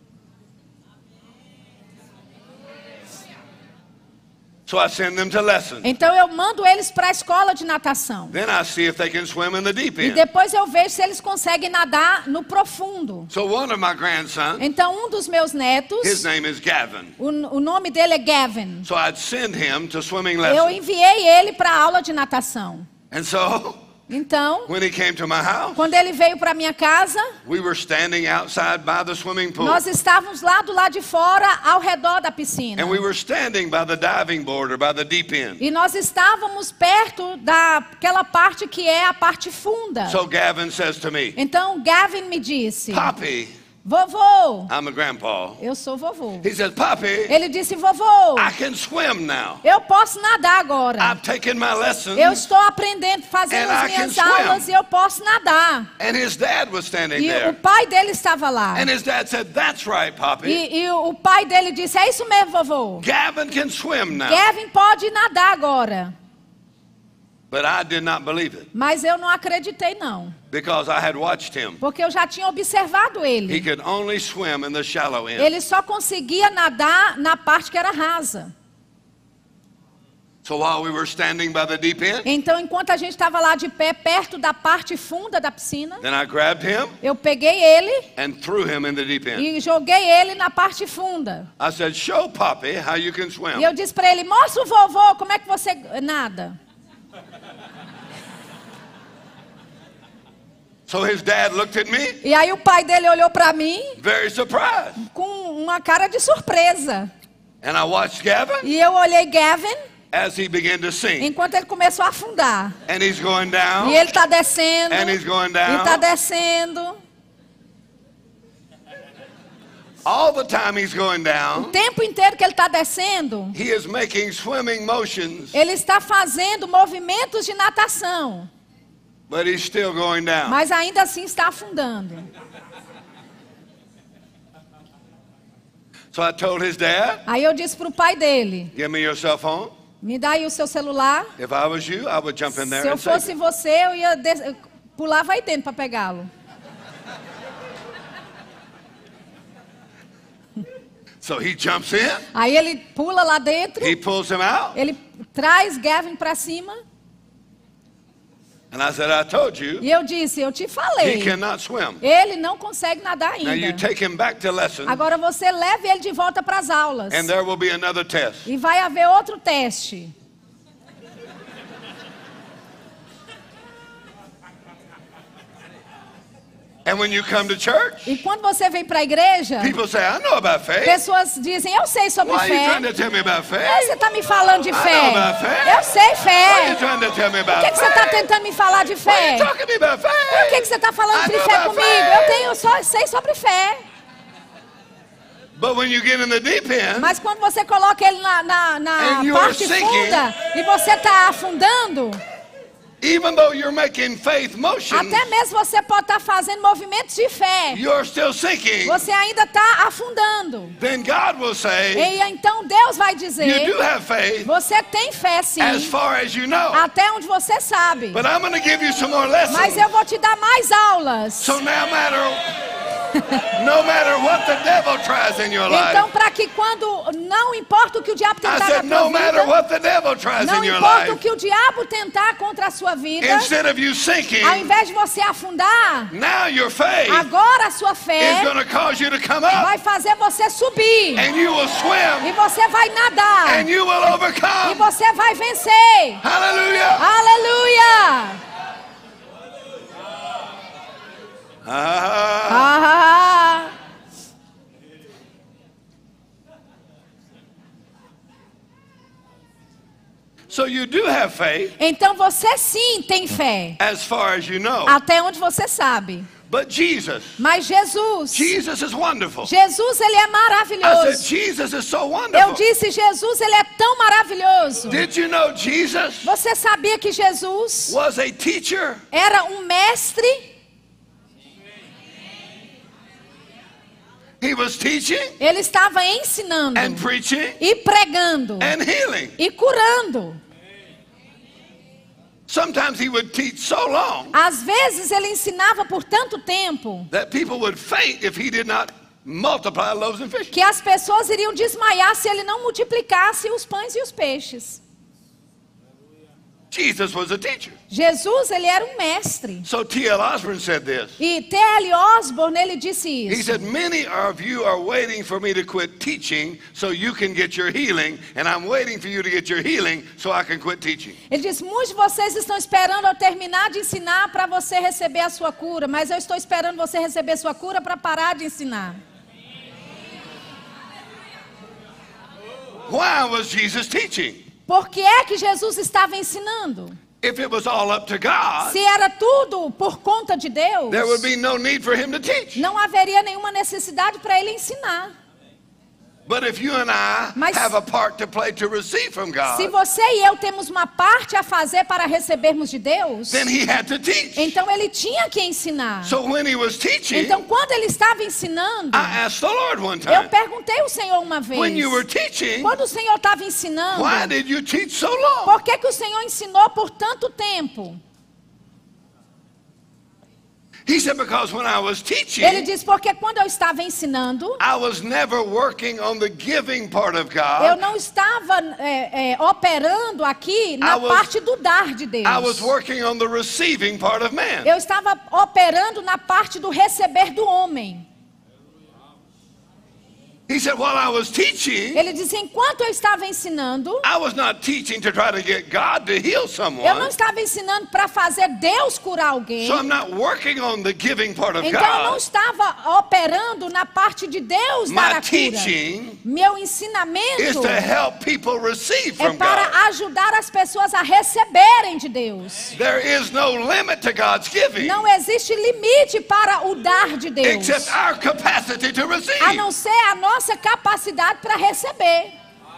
So I send them to lessons. Então eu mando eles para a escola de natação. Then I see if they can swim in the deep E end. depois eu vejo se eles conseguem nadar no profundo. So one of my grandsons, Então um dos meus his netos, name is Gavin. o nome dele é Gavin. So I'd send him to swimming Eu lessons. enviei ele para a aula de natação. And so Então, when he came to my house, quando ele veio para minha casa, we were standing outside by the swimming pool. nós estávamos lá do lado de fora, ao redor da piscina. And we were standing by the diving board or by the deep end. E nós estávamos perto daquela parte que é a parte funda. So Gavin says to me, Então Gavin me disse: Poppy, vovô, I'm a grandpa. eu sou vovô. He says, Poppy, Ele disse: vovô, I can swim now. eu posso nadar agora. I've taken my lessons. Eu estou aprendendo, fazendo And as I can minhas swim. aulas e eu posso nadar. And his dad was standing E o there. pai dele estava lá. And his dad said, That's right, Poppy. E o pai dele disse: é isso mesmo, vovô. Gavin can swim now. Gavin pode nadar agora. But I did not believe it Mas eu não acreditei não. because I had watched him. Porque eu já tinha observado He ele. could only swim in the shallow end. Ele só conseguia nadar na parte que era rasa. So while we were standing by the deep end, Então, enquanto a gente estava lá de pé, perto da parte funda da piscina, then I grabbed him eu peguei ele and threw him in the deep end. e joguei ele na parte funda. I said, Show Poppy how you can swim. E eu disse para ele: mostra o vovô como é que você nada. So his dad looked at me, E aí o pai dele olhou para mim very surprised. com uma cara de surpresa. And I watched Gavin E eu olhei Gavin as he began to sink. enquanto ele começou a afundar. And he's going down. E ele está descendo. And he's going E down. está descendo. All the time he's going O down, tempo inteiro que ele está descendo, he is making swimming motions, ele está fazendo movimentos de natação. but he's still going down. Mas ainda assim está afundando. So I told his dad, Aí eu disse para o pai dele: Give me your cell phone. me dá aí o seu celular. If I was you, I would jump in there Se eu and save fosse it. você, eu ia eu pulava aí dentro para pegá-lo. So he jumps in, Aí ele pula lá dentro, he pulls him out, ele traz Gavin para cima. and I said, I told you, E eu disse: eu te he falei, cannot swim. ele não consegue nadar Now you ainda. take him back to lesson, Agora você leve ele de volta para as aulas. and there will be another test. E vai haver outro teste. And when you come to church, E quando você vem para a igreja, people say, I know about faith. pessoas dizem: eu sei sobre Why are you fé. trying to tell me about Por que faith? você está me falando de I know fé? about faith. Eu sei Why are you fé. trying to tell me Por about que você está faith? tentando me falar de Why are fé? you talking to me about Por que faith? você está falando I de know fé about comigo? faith. Eu só sei sobre fé. But when you get in the deep end, Mas quando você coloca ele na And you are parte sinking. funda e você está afundando, even though you're making faith motions, até mesmo você pode estar fazendo movimentos de fé. you're still sinking. Você ainda está afundando. Then God will say, E então Deus vai you dizer: do have faith você tem fé sim, as far as you know. até onde você sabe. But I'm going to give you some more Mas lessons. eu vou te dar mais aulas. So no matter what the devil tries in your Então, life, para que quando não importa o que o diabo I tentar na said, no tua matter vida, what the devil tries não in your importa o life, que o diabo tentar contra a sua vida, instead of you sinking, ao invés de você afundar, now your faith agora a sua is fé going to cause you to come up, vai fazer você subir. and you will E swim, você vai nadar. and you will E overcome. você vai vencer. Hallelujah. Aleluia! Ah. Ah. So you do have faith Então você sim tem fé, as far as you know. até onde você sabe. But Jesus Mas Jesus is wonderful. ele é I said, maravilhoso. Jesus is so Eu wonderful. disse, Jesus, ele é tão maravilhoso. Did you know Jesus Você sabia que Jesus was a teacher? era um mestre? He was teaching Ele estava ensinando and preaching e pregando and healing. e curando. Sometimes he would teach so long Às vezes ele ensinava por tanto tempo that people would faint if he did not multiply loaves and fish. que as pessoas iriam desmaiar se ele não multiplicasse os pães e os peixes. Jesus was a teacher. Jesus, ele era um mestre. So T.L. Osborne said this. E T.L. Osborne, ele disse He isso. said, many of you are waiting for me to quit teaching so you can get your healing, and I'm waiting for you to get your healing so I can quit teaching. Ele disse, muitos de vocês estão esperando eu terminar de ensinar para você receber a sua cura, mas eu estou esperando você receber sua cura para parar de ensinar. Why was Jesus teaching? Por que é que Jesus estava ensinando? If it was all up to God, Se era tudo por conta de Deus, there would be no need for him to teach. não haveria nenhuma necessidade para ele ensinar. But if you and I Mas- have a part to play to receive from Se God, você e eu temos uma parte a fazer para recebermos de Deus, then he had to teach. então ele tinha que ensinar. So when he was teaching, Então quando ele estava ensinando, I asked the Lord one eu time, perguntei ao Senhor uma vez, when you were teaching, quando o Senhor estava ensinando, why did you teach so long? por que que o Senhor ensinou por tanto tempo? He said, because when I was Ele teaching, disse, porque quando eu estava ensinando, I was never working on the giving part of eu God. não estava operando aqui na I was- parte do dar de Deus. I was working on the receiving part of man. Eu estava operando na parte do receber do homem. He said, while I was teaching, Ele disse, enquanto eu estava ensinando, I was not teaching to try to get God to heal eu não someone. estava ensinando para fazer Deus curar alguém. So I'm not working on the giving part of Então eu não God. estava operando na parte de Deus dar My a cura. teaching Meu is ensinamento to help people receive é from God. para ajudar as pessoas a receberem de Deus. There is no limit to God's giving Não existe limite para o dar de Deus, except our capacity to a receive. não ser a nossa capacidade para receber.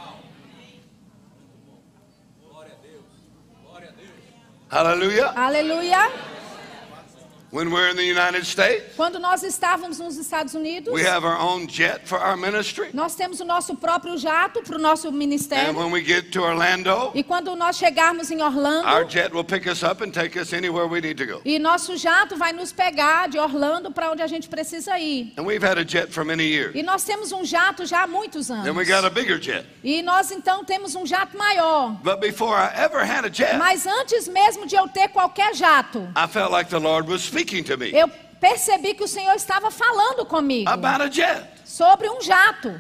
Hallelujah. Aleluia. When we're in the United States, Quando nós estávamos nos Estados Unidos, we have our own jet for our ministry. nós temos o nosso próprio jato para o nosso And ministério. when we get to Orlando, E quando nós chegarmos em our Orlando, jet will pick us up and take us anywhere we need to go. e nosso jato vai nos pegar de Orlando para onde a gente precisa ir. And we've had a jet for many years. E nós temos um jato já há muitos anos. Then we got a bigger jet. E nós então temos um jato maior. But before I ever had a jet, Mas antes mesmo de eu ter qualquer jato, I felt like the Lord was speaking to me eu percebi que o Senhor estava falando comigo about a jet. sobre um jato.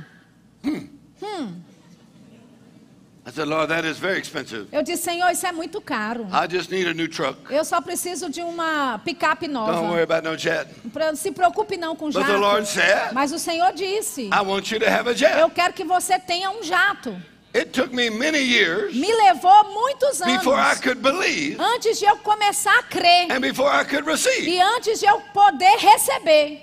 I said, Lord, that is very expensive. Eu disse, Senhor, isso é muito caro. I just need a new truck. Eu só preciso de uma picape Don't worry nova. about no jet. Não se preocupe não com But the Lord jato. said, Mas o Senhor disse, I want you to have a eu jet. quero que você tenha um jato. It took me many years Me levou muitos before I anos could believe antes de eu começar a crer and before I could receive. e antes de eu poder receber.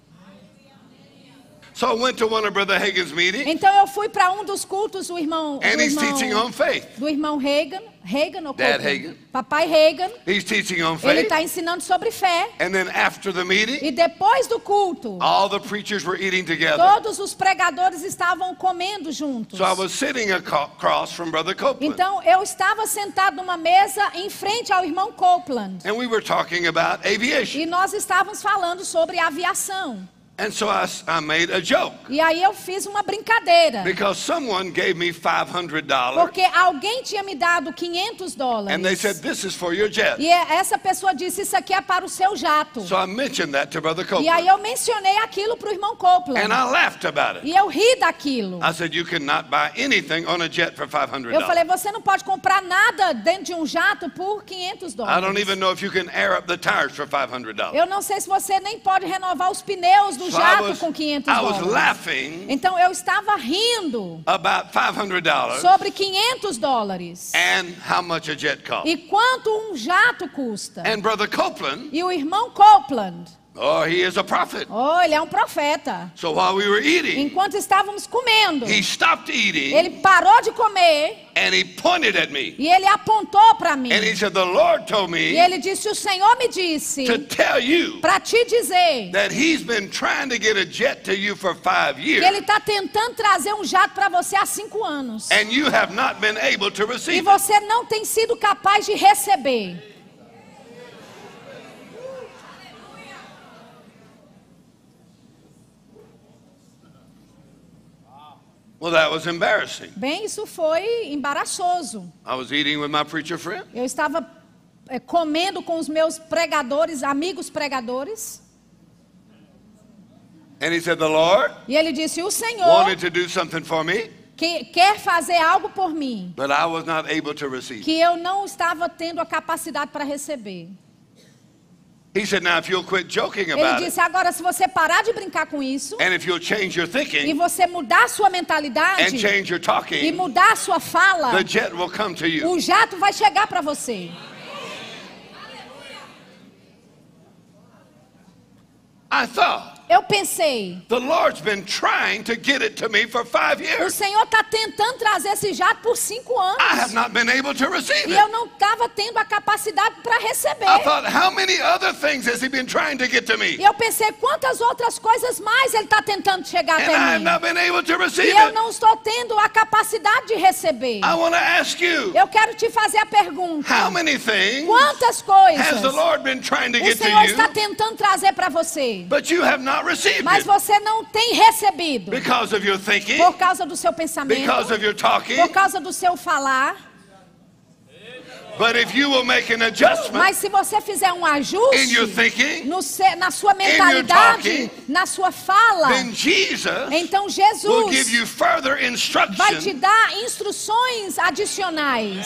So I went to one of Brother Hagin's meetings, Então eu fui para um dos cultos do irmão, and he's teaching on faith. do irmão Reagan ou Dad Copeland? Hagin. Papai Reagan. He's teaching on Ele faith. está ensinando sobre fé. And then after the meeting, E depois do culto, all the preachers were eating together. todos os pregadores estavam comendo juntos. So I was sitting across from Brother Copeland. Então eu estava sentado numa mesa em frente ao irmão Copeland. And we were talking about aviation. E nós estávamos falando sobre aviação. And so I made a joke E aí eu fiz uma brincadeira. because someone gave me $500 Porque alguém tinha me dado $500. and they said, this is for your jet. E essa pessoa disse, isso aqui é para o seu jato. So I mentioned that to Brother E aí Copeland eu mencionei aquilo para o irmão Copeland. and I laughed about it. E eu ri daquilo. I said, you cannot buy anything on a jet for $500. Eu falei, você não pode comprar nada dentro de um jato por $500. I don't even know if you can air up the tires for $500. Eu não sei se você nem pode renovar os pneus do um jato com 500 I was dólares. laughing Então eu estava rindo about $500 sobre 500 dólares. and how much a jet cost. E quanto um jato custa. And Brother Copeland, E o irmão Copeland, oh, he is a prophet. oh, ele é um profeta. So while we were eating, Enquanto estávamos comendo, he stopped eating ele parou de comer and he pointed at me. e ele apontou para mim. And he said, the Lord told E me ele disse, o Senhor me disse to tell you para te dizer that he's been trying to get a jet to you for 5 que years. ele está tentando trazer um jato para você há 5 anos. And you have not been able to E receive it. você não tem sido capaz de receber. Well, that was embarrassing. Bem, isso foi embaraçoso. I was eating with my preacher friend. Eu estava comendo com os meus pregadores, amigos pregadores. And he said, the Lord E ele disse, o Senhor wanted to do something for me, que quer fazer algo por mim, but I was not able to receive it. que eu não estava tendo a capacidade para receber. He said, now if you'll quit joking Ele about it, disse, agora se você parar de brincar com isso, and if you'll change your e thinking você mudar a sua and mentalidade, change your e talking, mudar a sua fala, the jet will come to you. o jato vai chegar para você. I thought, Eu pensei, the Lord's been trying to get it to me for 5 o years. Senhor está tentando trazer esse jato por 5 I have anos. not been able to receive E it. eu não estava tendo a capacidade para receber. I thought, how many other things has he been trying to get to me? E eu pensei, quantas outras coisas mais ele está tentando chegar And I até have mim. not been able to E receive eu it. não estou tendo a capacidade de receber. I want to ask you, Eu quero te fazer a pergunta. how many things Quantas has coisas the Lord been trying to o get to Senhor está you, tentando trazer para você, but you have not received mas it? você não tem recebido? Because of your thinking, Por causa do seu pensamento, because of your talking. por causa do seu falar. But if you will make an adjustment Mas se você fizer um in your ajuste thinking, na sua mentalidade, talking, na sua fala, then Jesus então will give Jesus you further vai te instruction. dar instruções adicionais.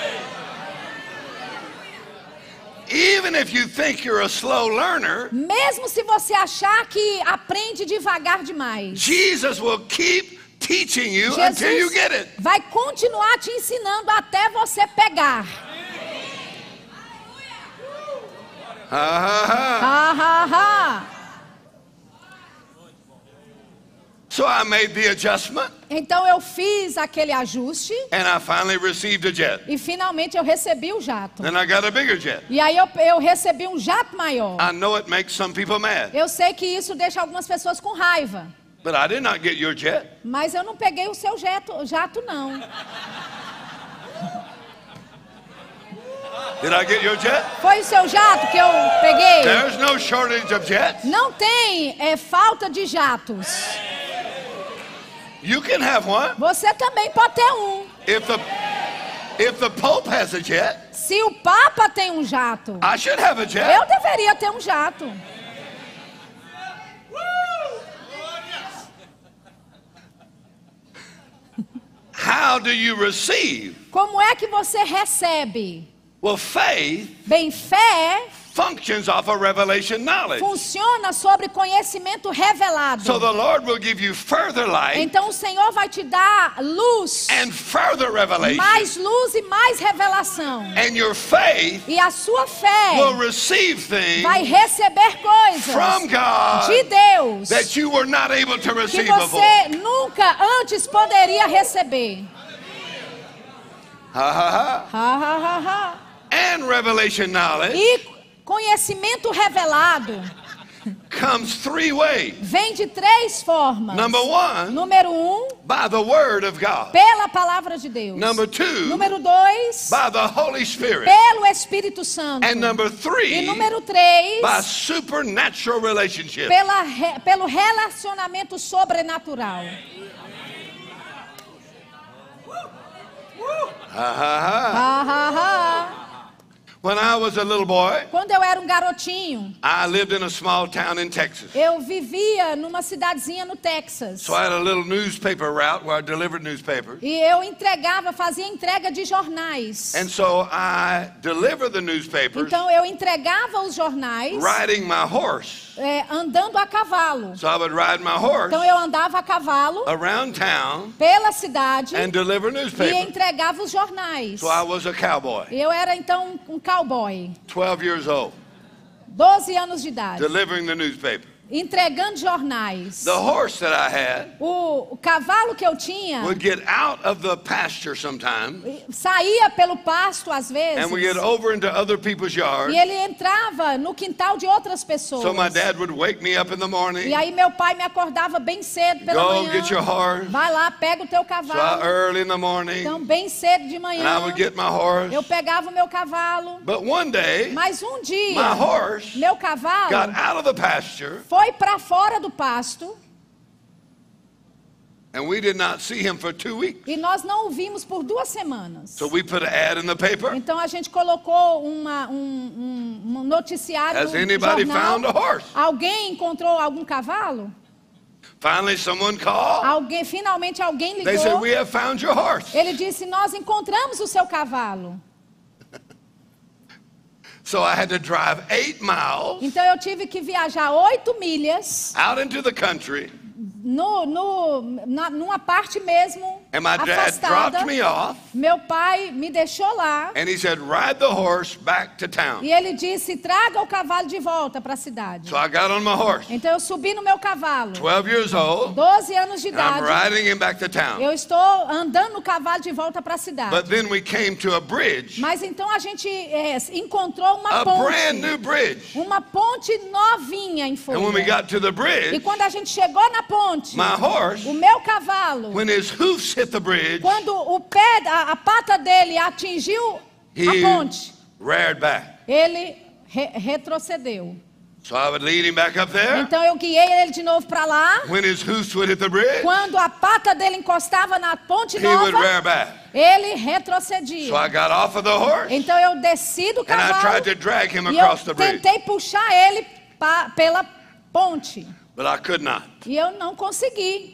Even if you think you're a slow learner, Mesmo se você achar que aprende devagar demais, Jesus will keep teaching you until you get Jesus it. vai continuar te ensinando até você pegar. Ha, ha, ha. Ha, ha, ha. So I made the adjustment Então eu fiz aquele ajuste and I finally received a jet. e finalmente eu recebi o jato. Then I got a bigger jet. E aí eu recebi um jato maior. I know it makes some people mad, Eu sei que isso deixa algumas pessoas com raiva, but I did not get your jet. mas eu não peguei o seu jato não. Did I get your jet? Foi o seu jato que eu peguei? There's no shortage of jets. Não tem falta de jatos. You can have one. Você também pode ter um. If the Pope has a jet, Se o Papa tem um jato, I should have a jet. eu deveria ter um jato. How do you receive? Como é que você recebe? Well, faith Bem, fé functions off of revelation knowledge. funciona sobre conhecimento revelado. So the Lord will give you further light Então o Senhor vai te dar luz, and further revelation. mais luz e mais revelação. And your faith E a sua fé will receive things vai receber coisas from God de Deus that you were not able to que receive before. você nunca antes poderia receber. Ha, ha, ha. Ha, ha, ha, ha. And revelation knowledge E conhecimento revelado comes 3 ways. vem de 3 formas. Number 1, Número 1, by the word of God. pela palavra de Deus. Number 2, Número 2, by the Holy Spirit. pelo Espírito Santo. And number E 3, número 3, by supernatural relationship. pelo relacionamento sobrenatural. Ha, ha, ha. Ha, ha, ha. When I was a little boy, Quando eu era um garotinho, I lived in a small town in Texas. eu vivia numa cidadezinha no Texas. So I had a little newspaper route where I delivered newspapers. E eu fazia entrega de jornais. And so I delivered the newspapers Então eu entregava os jornais riding my horse. andando a cavalo. So I would ride my horse Então eu andava a cavalo around town pela cidade and deliver e newspapers. entregava os jornais. So I was a cowboy, Eu era então um cowboy, 12 years old, 12 anos de idade, delivering the newspaper. entregando jornais. The horse that I had O cavalo que eu tinha would get out of the pasture sometimes saía pelo pasto às vezes and would get over into other people's yards. e ele entrava no quintal de outras pessoas. So my dad would wake me up in the morning. E aí meu pai me acordava bem cedo pela Go manhã. get your horse. Vai lá, pega o teu So cavalo. early in the morning, Então bem cedo de and I manhã would get my horse. eu pegava o meu cavalo. But one day, Mas um dia my horse meu got cavalo out of the pasture, foi para fora do pasto and we did not see him for 2 weeks. e nós não o vimos por 2 semanas. So we put an ad in the paper. Então a gente colocou um noticiário Has no anybody jornal. found a horse? Alguém encontrou algum cavalo? Finally, someone called. Finalmente alguém They said, ligou. we have found your horse. Ele disse: nós encontramos o seu cavalo. So I had to drive 8 miles Então eu tive que viajar 8 milhas out into the country, numa parte mesmo and my dad afastada. dropped me off, Meu pai me deixou lá and he said, ride the horse back to town. e ele disse: traga o cavalo de volta para a cidade. So I got on my horse, Então eu subi no meu cavalo, 12 years old, 12 anos de and I'm idade. riding him back to town. Eu estou andando no cavalo de volta para a cidade. But then we came to a bridge, Mas então a gente encontrou uma a brand ponte. new bridge. Uma ponte novinha em And when we folha. got to the E bridge, quando a gente chegou na ponte, my horse, o meu cavalo, when his hoofs hit the bridge, quando o pé, a pata dele atingiu he a ponte, reared back. ele retrocedeu. So I would lead him back up there. Então eu guiei ele de novo para lá. When his hoofs would hit the bridge, Quando a pata dele encostava na ponte he would nova, rear back. ele So retrocedia. I got off of the horse, Então eu desci do and I cavalo tried to drag him e across eu the bridge, tentei puxar ele pela ponte. but I could not. E eu não consegui.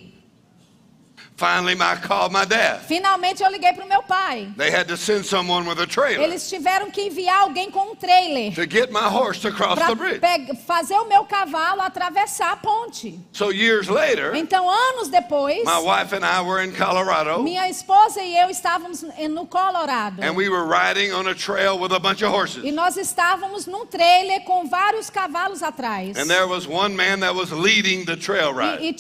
Finally, I called my dad. Finalmente eu liguei para o meu pai. They had to send someone with a trailer Eles tiveram que enviar alguém com um trailer to get my horse to cross the bridge. para fazer o meu cavalo atravessar a ponte. So years later, Então, anos depois, my wife and I were in Colorado, minha esposa e eu estávamos no Colorado. and we were riding on a trail with a bunch of horses. E nós estávamos num trailer com vários cavalos atrás. And there was one man that was leading the trail ride. E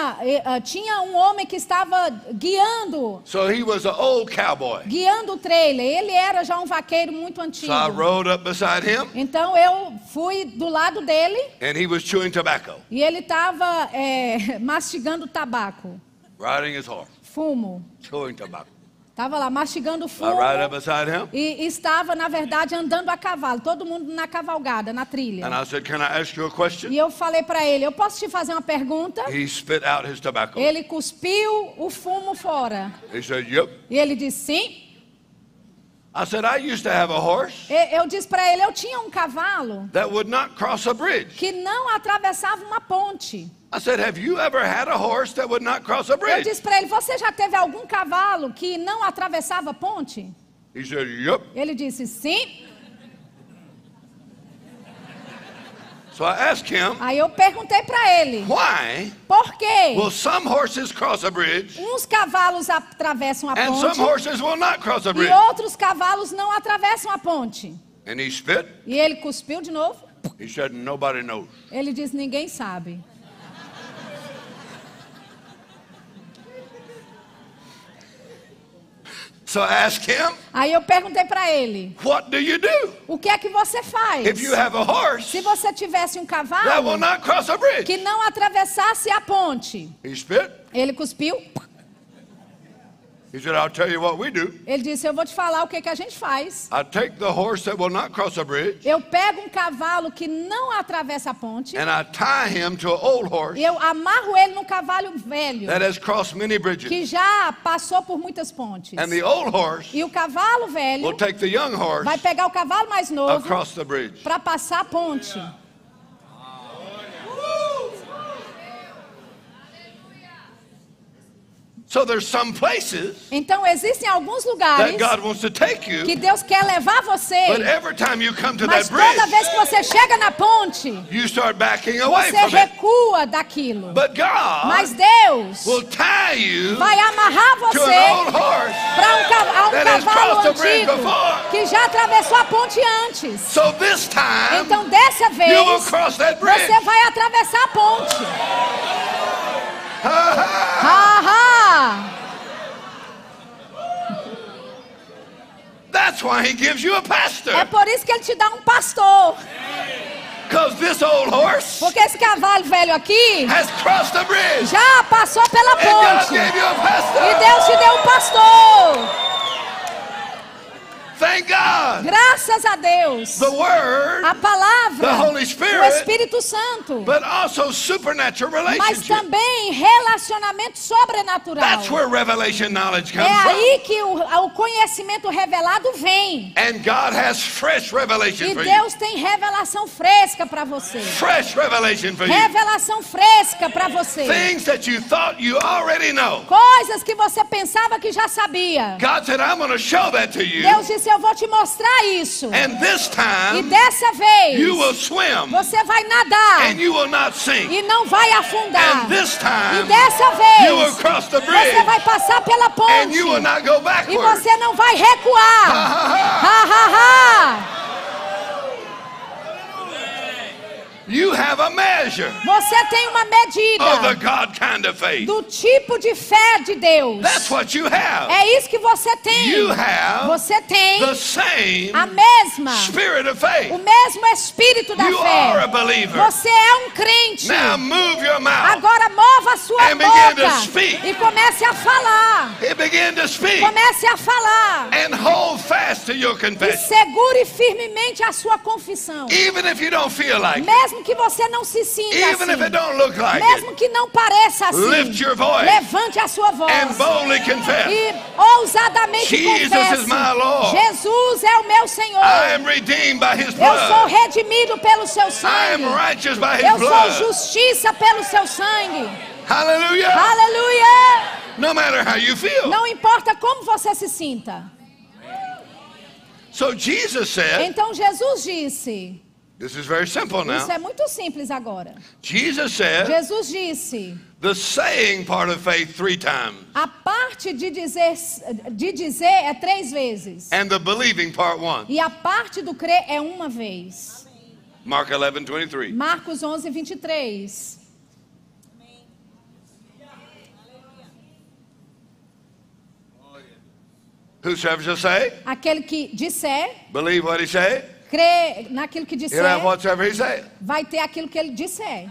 tinha um homem que estava guiando So he was an old cowboy. o trailer. Ele era já um vaqueiro muito antigo. So I rode up beside him, Então eu fui do lado dele and he was chewing tobacco, e ele estava mastigando tabaco, riding his horse, fumo. chewing tobacco. Estava lá mastigando I fumo ride up beside him, e estava, na verdade, andando a cavalo. Todo mundo na cavalgada, na trilha. and I said, "Can I ask you a question?" E eu falei para ele: eu posso te fazer uma pergunta? He spit out his tobacco. Ele cuspiu o fumo fora. He said, "Yep." E ele disse: sim. I said, "I used to have a horse Eu disse para ele: eu tinha um cavalo that would not cross a bridge." que não atravessava uma ponte. I said, "Have you ever had a horse that would not cross a Eu bridge?" disse para ele: você já teve algum cavalo que não atravessava a ponte? He said, "Yep." Ele disse: sim. So I asked him, Aí eu perguntei para ele: "Why por quê? will some horses cross a bridge Uns cavalos atravessam a and some ponte horses will not cross a e bridge?" outros cavalos não atravessam a ponte. And he spit. E ele cuspiu de novo. He said, "Nobody knows." Ele disse: ninguém sabe. So I asked him, Aí eu perguntei para ele: "What do you do o que é que você faz? if you have a horse Se você tivesse um that cavalo will not cross a bridge?" que não atravessasse a ponte. He spit. Ele cuspiu. He said, I'll tell you what we do. Ele disse, eu vou te falar o que a gente faz. I take the horse that will not cross a bridge, Eu pego um cavalo que não atravessa a ponte, and I tie him to an old horse e eu amarro ele num cavalo velho, that has crossed many bridges. que já passou por muitas pontes. And the old horse E o cavalo will velho take the young horse vai pegar o cavalo mais novo across the bridge. para passar a ponte. So there's some places Então existem alguns that lugares God wants to take que you, Deus quer levar você, but every time you come to mas that toda bridge, vez que você chega na ponte, you start backing away você from it. recua daquilo. But Mas God Deus will tie you vai amarrar to an você old horse para um that has cavalo crossed the bridge antigo before. que já atravessou a ponte antes. So this time, Então dessa you will vez cross that bridge. você vai atravessar a ponte. Ha, ha. Ha, ha. That's why he gives you a É pastor. por isso que ele te dá um pastor. Because this old horse Porque esse cavalo velho aqui has crossed the bridge. já passou pela And God ponte. gave you a E pastor. Deus te deu um pastor. Thank God. Graças a Deus. The Word, A palavra, the Holy o Spirit, Espírito Santo, but also supernatural mas relationship. também relacionamento sobrenatural. That's where revelation knowledge comes É from. aí que o conhecimento revelado vem. And God has fresh revelation E for you. Deus tem revelação fresca para você. Fresh revelation for you. Revelação fresca para você. Things that you thought you already know. Coisas que você pensava que já sabia. God said, I'm going to show that to you. Deus disse, eu vou te mostrar isso. And this E time, dessa vez, you will swim você vai nadar and you will not sink. e não vai afundar. And this E time, dessa you will vez, cross the você bridge vai passar pela and ponte. you will not go E backwards. você não vai recuar. Ha, ha, ha. Ha, ha, ha. You have a measure Você tem uma of the medida God kind of faith. do tipo de fé de Deus. That's what you have. É isso que você tem. You have Você tem the same a mesma, spirit of faith. o mesmo espírito da You are a fé. believer. Você é um crente. Now move your mouth. Agora mova a sua And begin to boca speak. e comece a falar. And begin to speak Comece a falar. and hold fast to your E confession. segure firmemente a sua confissão. Even if you don't feel like it. Mesmo que você não se sinta Even if it assim. don't look like Mesmo it. que não pareça assim. Lift your voice Levante a sua voz. and boldly confess. E ousadamente Jesus confesse. is my Lord. Jesus é o meu Senhor. I am redeemed by His Eu sou blood. redimido pelo seu I sangue. am righteous by His Eu sou blood. justiça pelo seu sangue. Hallelujah. Aleluia! No matter how you feel. Não importa como você se sinta. So Jesus said, Então Jesus disse, this is very simple now. isso é muito simples agora. Jesus said, Jesus disse, the saying part of faith 3 times. a parte de dizer é 3 vezes. And the believing part 1. E a parte do crer é uma vez. Mark 11:23. Marcos 11, 23. Whosoever shall say, Aquele que disser, believe what he say, crê naquilo que he'll have disser, whatsoever he say. vai ter aquilo que ele disser.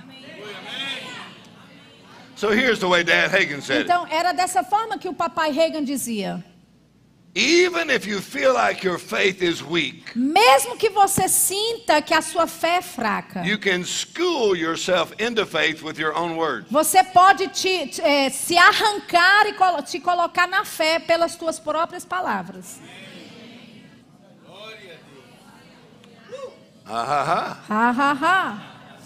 So here's the way Dad Hagin said it. Então, era dessa forma que o papai Reagan dizia. Even if you feel like your faith is weak, Mesmo que você sinta que a sua fé é fraca, you can school yourself into faith with your own words. você pode se arrancar e te colocar na fé pelas tuas próprias palavras. Ha ha ha. Ha, ha, ha.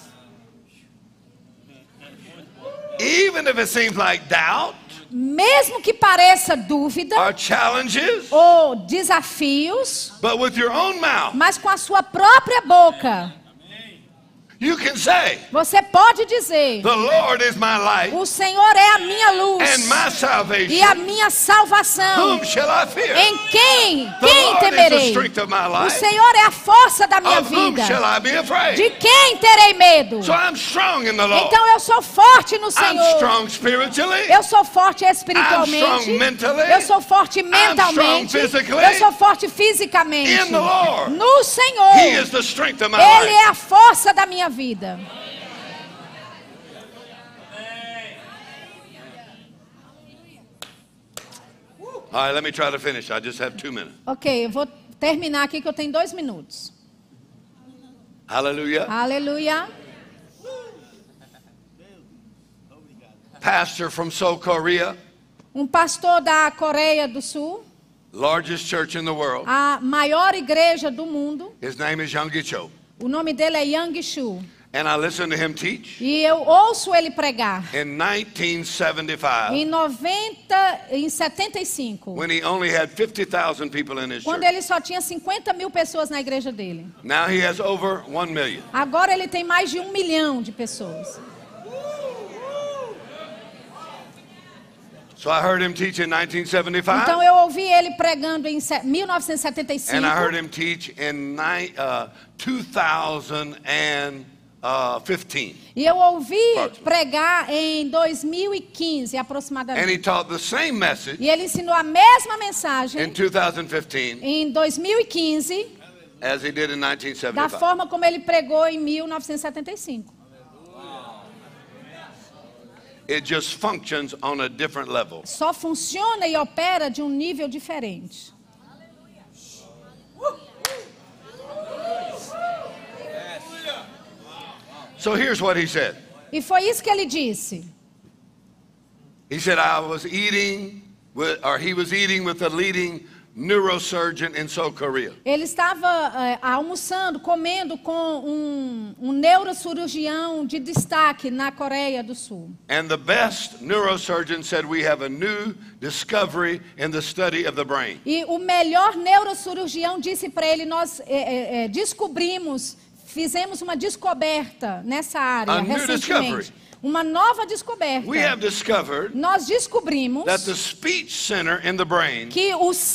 Even if it seems like doubt Mesmo que pareça dúvida or challenges, ou desafios, but with your own mouth, mas com a sua própria boca, you can say, você pode dizer: the Lord is my light o Senhor é a minha luz and my e salvation. a minha salvação. Whom shall I fear? Em quem The Lord is the temerei? strength of my O life. Senhor é a força da minha Of whom vida. shall I be afraid? De quem terei medo? So I'm strong in the Lord. Então eu sou forte no I'm Senhor. strong spiritually. Eu sou forte I'm espiritualmente. strong mentally. Eu sou forte mentalmente. strong physically. Eu sou forte fisicamente. In the Lord. No Senhor. He is the strength of my Ele life. é a força da minha vida. All right, let me try to finish. I just have 2 minutes. Ok, eu vou terminar aqui que eu tenho 2 minutos. Hallelujah. Aleluia. Pastor from Seoul, Korea, Pastor da Coreia do Sul, largest church in the world. a maior igreja do mundo. His name is Young Cho. O nome dele é Young Shu. And I listened to him teach. E eu ouço ele pregar. In 1975, Em 75. when he only had 50,000 people in his Quando church. ele só tinha 50.000 pessoas na igreja dele. Now he has over 1 million. Agora ele tem mais de 1 milhão de pessoas. So I heard him teach in 1975. Então eu ouvi ele pregando em 1975. And I heard him teach in 2015. E eu ouvi pregar em 2015 And aproximadamente. he taught the same message E ele ensinou a mesma mensagem in 2015 em 2015 as he did in da 1975. forma como ele pregou em 1975. It just functions on a different level. Só funciona e opera de um nível diferente. So here's what he said. E foi isso que ele disse. He said, he was eating with a leading neurosurgeon in Seoul, Korea. Ele estava almoçando, comendo com um neurocirurgião de destaque na Coreia do Sul. And the best neurosurgeon said we have a new discovery in the study of the brain. E o melhor neurocirurgião disse para ele, nós fizemos uma descoberta nessa área recentemente. Uma nova descoberta. We have discovered Nós descobrimos that the speech center in the brain que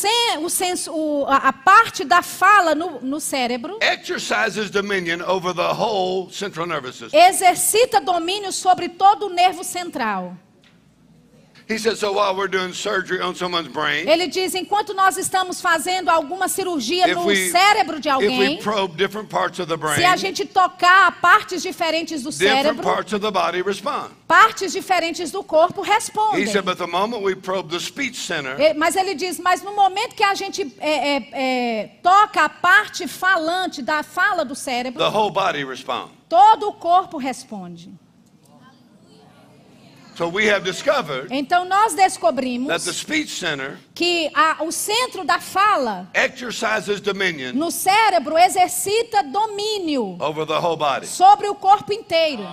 a parte da fala no cérebro exercises dominion over the whole central nervous system. exercita domínio sobre todo o nervo central. He said, so while we're doing surgery on someone's brain, Ele diz, enquanto nós estamos fazendo alguma cirurgia no cérebro de if we alguém, probe different parts of the brain, se a gente tocar partes diferentes do different cérebro, parts of the body respond. partes diferentes do corpo respondem. He said, but the moment we probe the speech center, Mas ele diz, mas no momento que a gente toca a parte falante da fala do cérebro, the whole body responds. todo o corpo responde. So we have discovered Então nós descobrimos that the speech center que o centro da fala exercises dominion no cérebro exercita domínio over the whole body. sobre o corpo inteiro.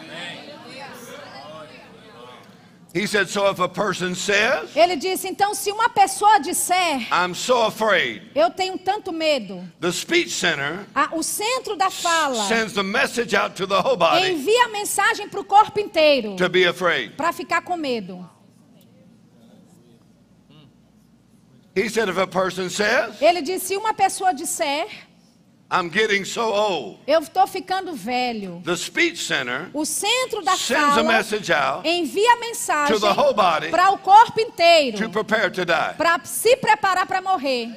He said, so if a person says, Ele disse, então se uma pessoa disser, I'm so afraid, eu tenho tanto medo, the speech center o centro da fala sends the message out to the whole body envia a mensagem para o corpo inteiro to be afraid. para ficar com medo. He said, if a person says, Ele disse, se uma pessoa disser, I'm getting so old, eu estou ficando velho, the speech center o centro da sends a fala message out envia a mensagem to the whole body para o corpo to inteiro prepare to die. para se preparar para morrer.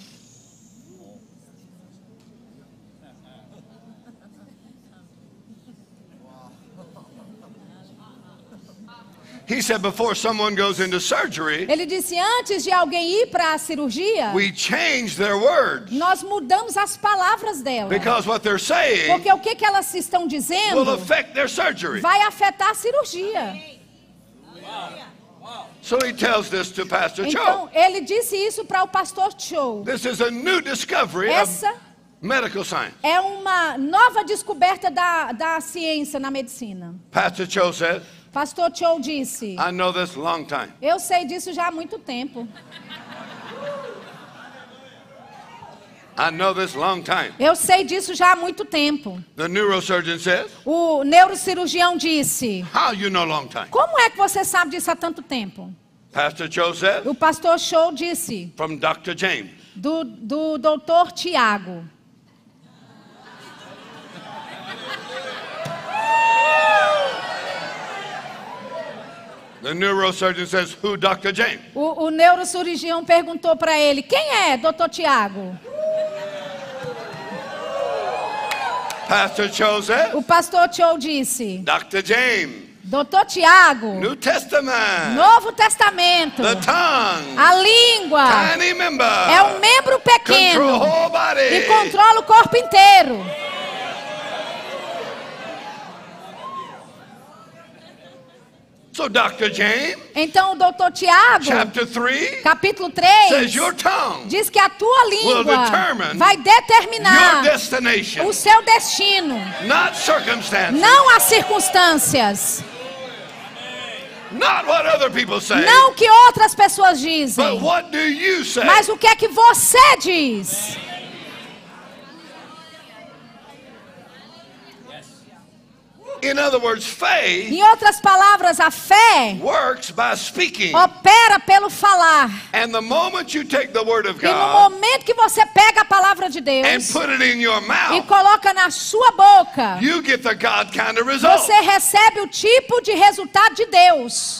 He said, before someone goes into surgery, Ele disse, antes de alguém ir para a cirurgia, we change their words nós mudamos as palavras dela. because what they're saying Porque o que elas estão dizendo will affect their surgery. vai afetar a cirurgia. So he tells this to Pastor Cho. Então, ele disse isso para o pastor Cho. This is a new discovery of Essa medical science. é uma nova descoberta da ciência na medicina. Pastor Cho said, Pastor Cho disse, I know this a long time. eu sei disso já há muito tempo. I know this a long time. Eu sei disso já há muito tempo. The neurosurgeon says, O neurocirurgião disse, how you know long time? como é que você sabe disso há tanto tempo? Pastor Cho says, O pastor Cho disse, from Dr. James. do doutor Tiago. The neurosurgeon says, who, Dr. James? O neurocirurgião perguntou para ele, quem é doutor Tiago? Pastor Cho says, O pastor Cho disse, Dr. James. Dr. Tiago, New Testament. Novo Testamento, The tongue. a língua Tiny member. é um membro Control pequeno whole body. e controla o corpo inteiro. So Dr. James, Então o Dr. Tiago, chapter 3, capítulo says 3, your tongue, diz que a tua will língua determine vai your determinar destination, o seu destino, not circumstances, não as circunstâncias, not what other people say, não o que outras pessoas but dizem, what do you say? mas o que é que você diz. In other words, faith Em outras palavras, a fé works by speaking. opera pelo falar. And the moment you take the word of E no God momento que você pega a palavra de and Deus put it in your e mouth, coloca na sua boca, you get the God kind of result. você recebe o tipo de resultado de Deus.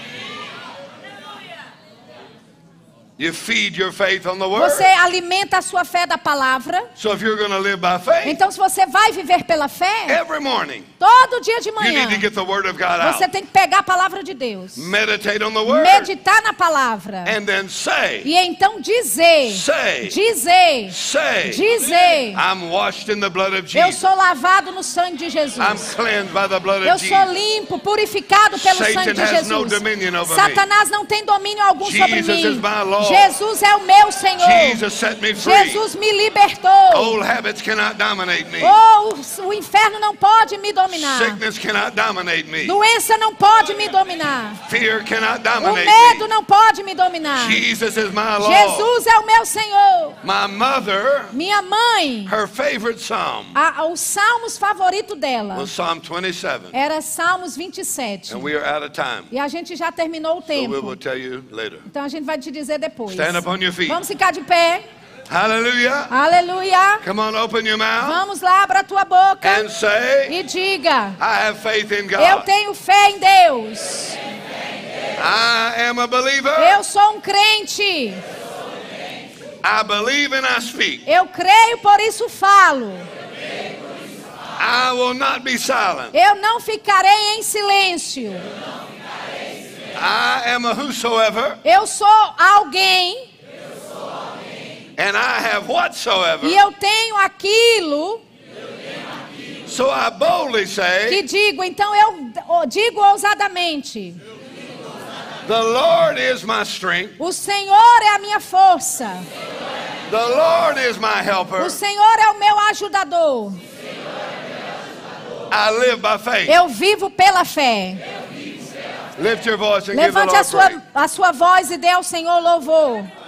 You feed your faith on the word. Você alimenta a sua fé da palavra. So if you're going to live by faith, Então, se você vai viver pela fé, every morning todo dia de you manhã, need to get the word of God out. você tem que pegar a palavra de Deus, Meditate on the word meditar na palavra and then say, e então dizer, say, dizer, say, dizer: I'm washed in the blood of eu Jesus. sou lavado no sangue de I'm Jesus. cleansed by the blood Eu of sou Jesus. limpo, purificado pelo Satan sangue de has no Jesus. dominion over me. Satanás não tem domínio algum sobre Jesus is mim. my Lord. Jesus é o meu Senhor. Jesus set me free. Jesus me libertou. Old habits cannot dominate me. O inferno não pode me dominar. Sickness cannot dominate me. Doença não pode me dominar. Fear cannot O dominate medo me. não pode me dominar. Jesus is my Lord. Jesus é o meu Senhor. My mother, Minha mãe, her favorite psalm os salmos favorito dela was Psalm 27. era Salmos 27. And we are out of time. E a gente já terminou o So we will tempo. tell you later. Então a gente vai te dizer depois. Stand up on your feet. Vamos ficar de pé. Hallelujah. Aleluia. Come on, open your mouth Vamos lá, abra a tua boca and say, e diga: I have faith in eu God. tenho fé em Deus. I am a believer. Eu sou um crente. I believe and I speak. Eu creio, por isso falo. I will not be silent. Eu não ficarei em silêncio. I am a whosoever, Eu sou alguém and I have whatsoever. e eu tenho aquilo So I boldly que say, digo. Então eu digo ousadamente: the Lord is my strength. o Senhor é a minha força. The Lord is my helper. O Senhor é o meu ajudador. I live by faith. Eu vivo pela fé. Lift your voice and give the Levante Lord praise. a sua voz e dê ao Senhor louvor.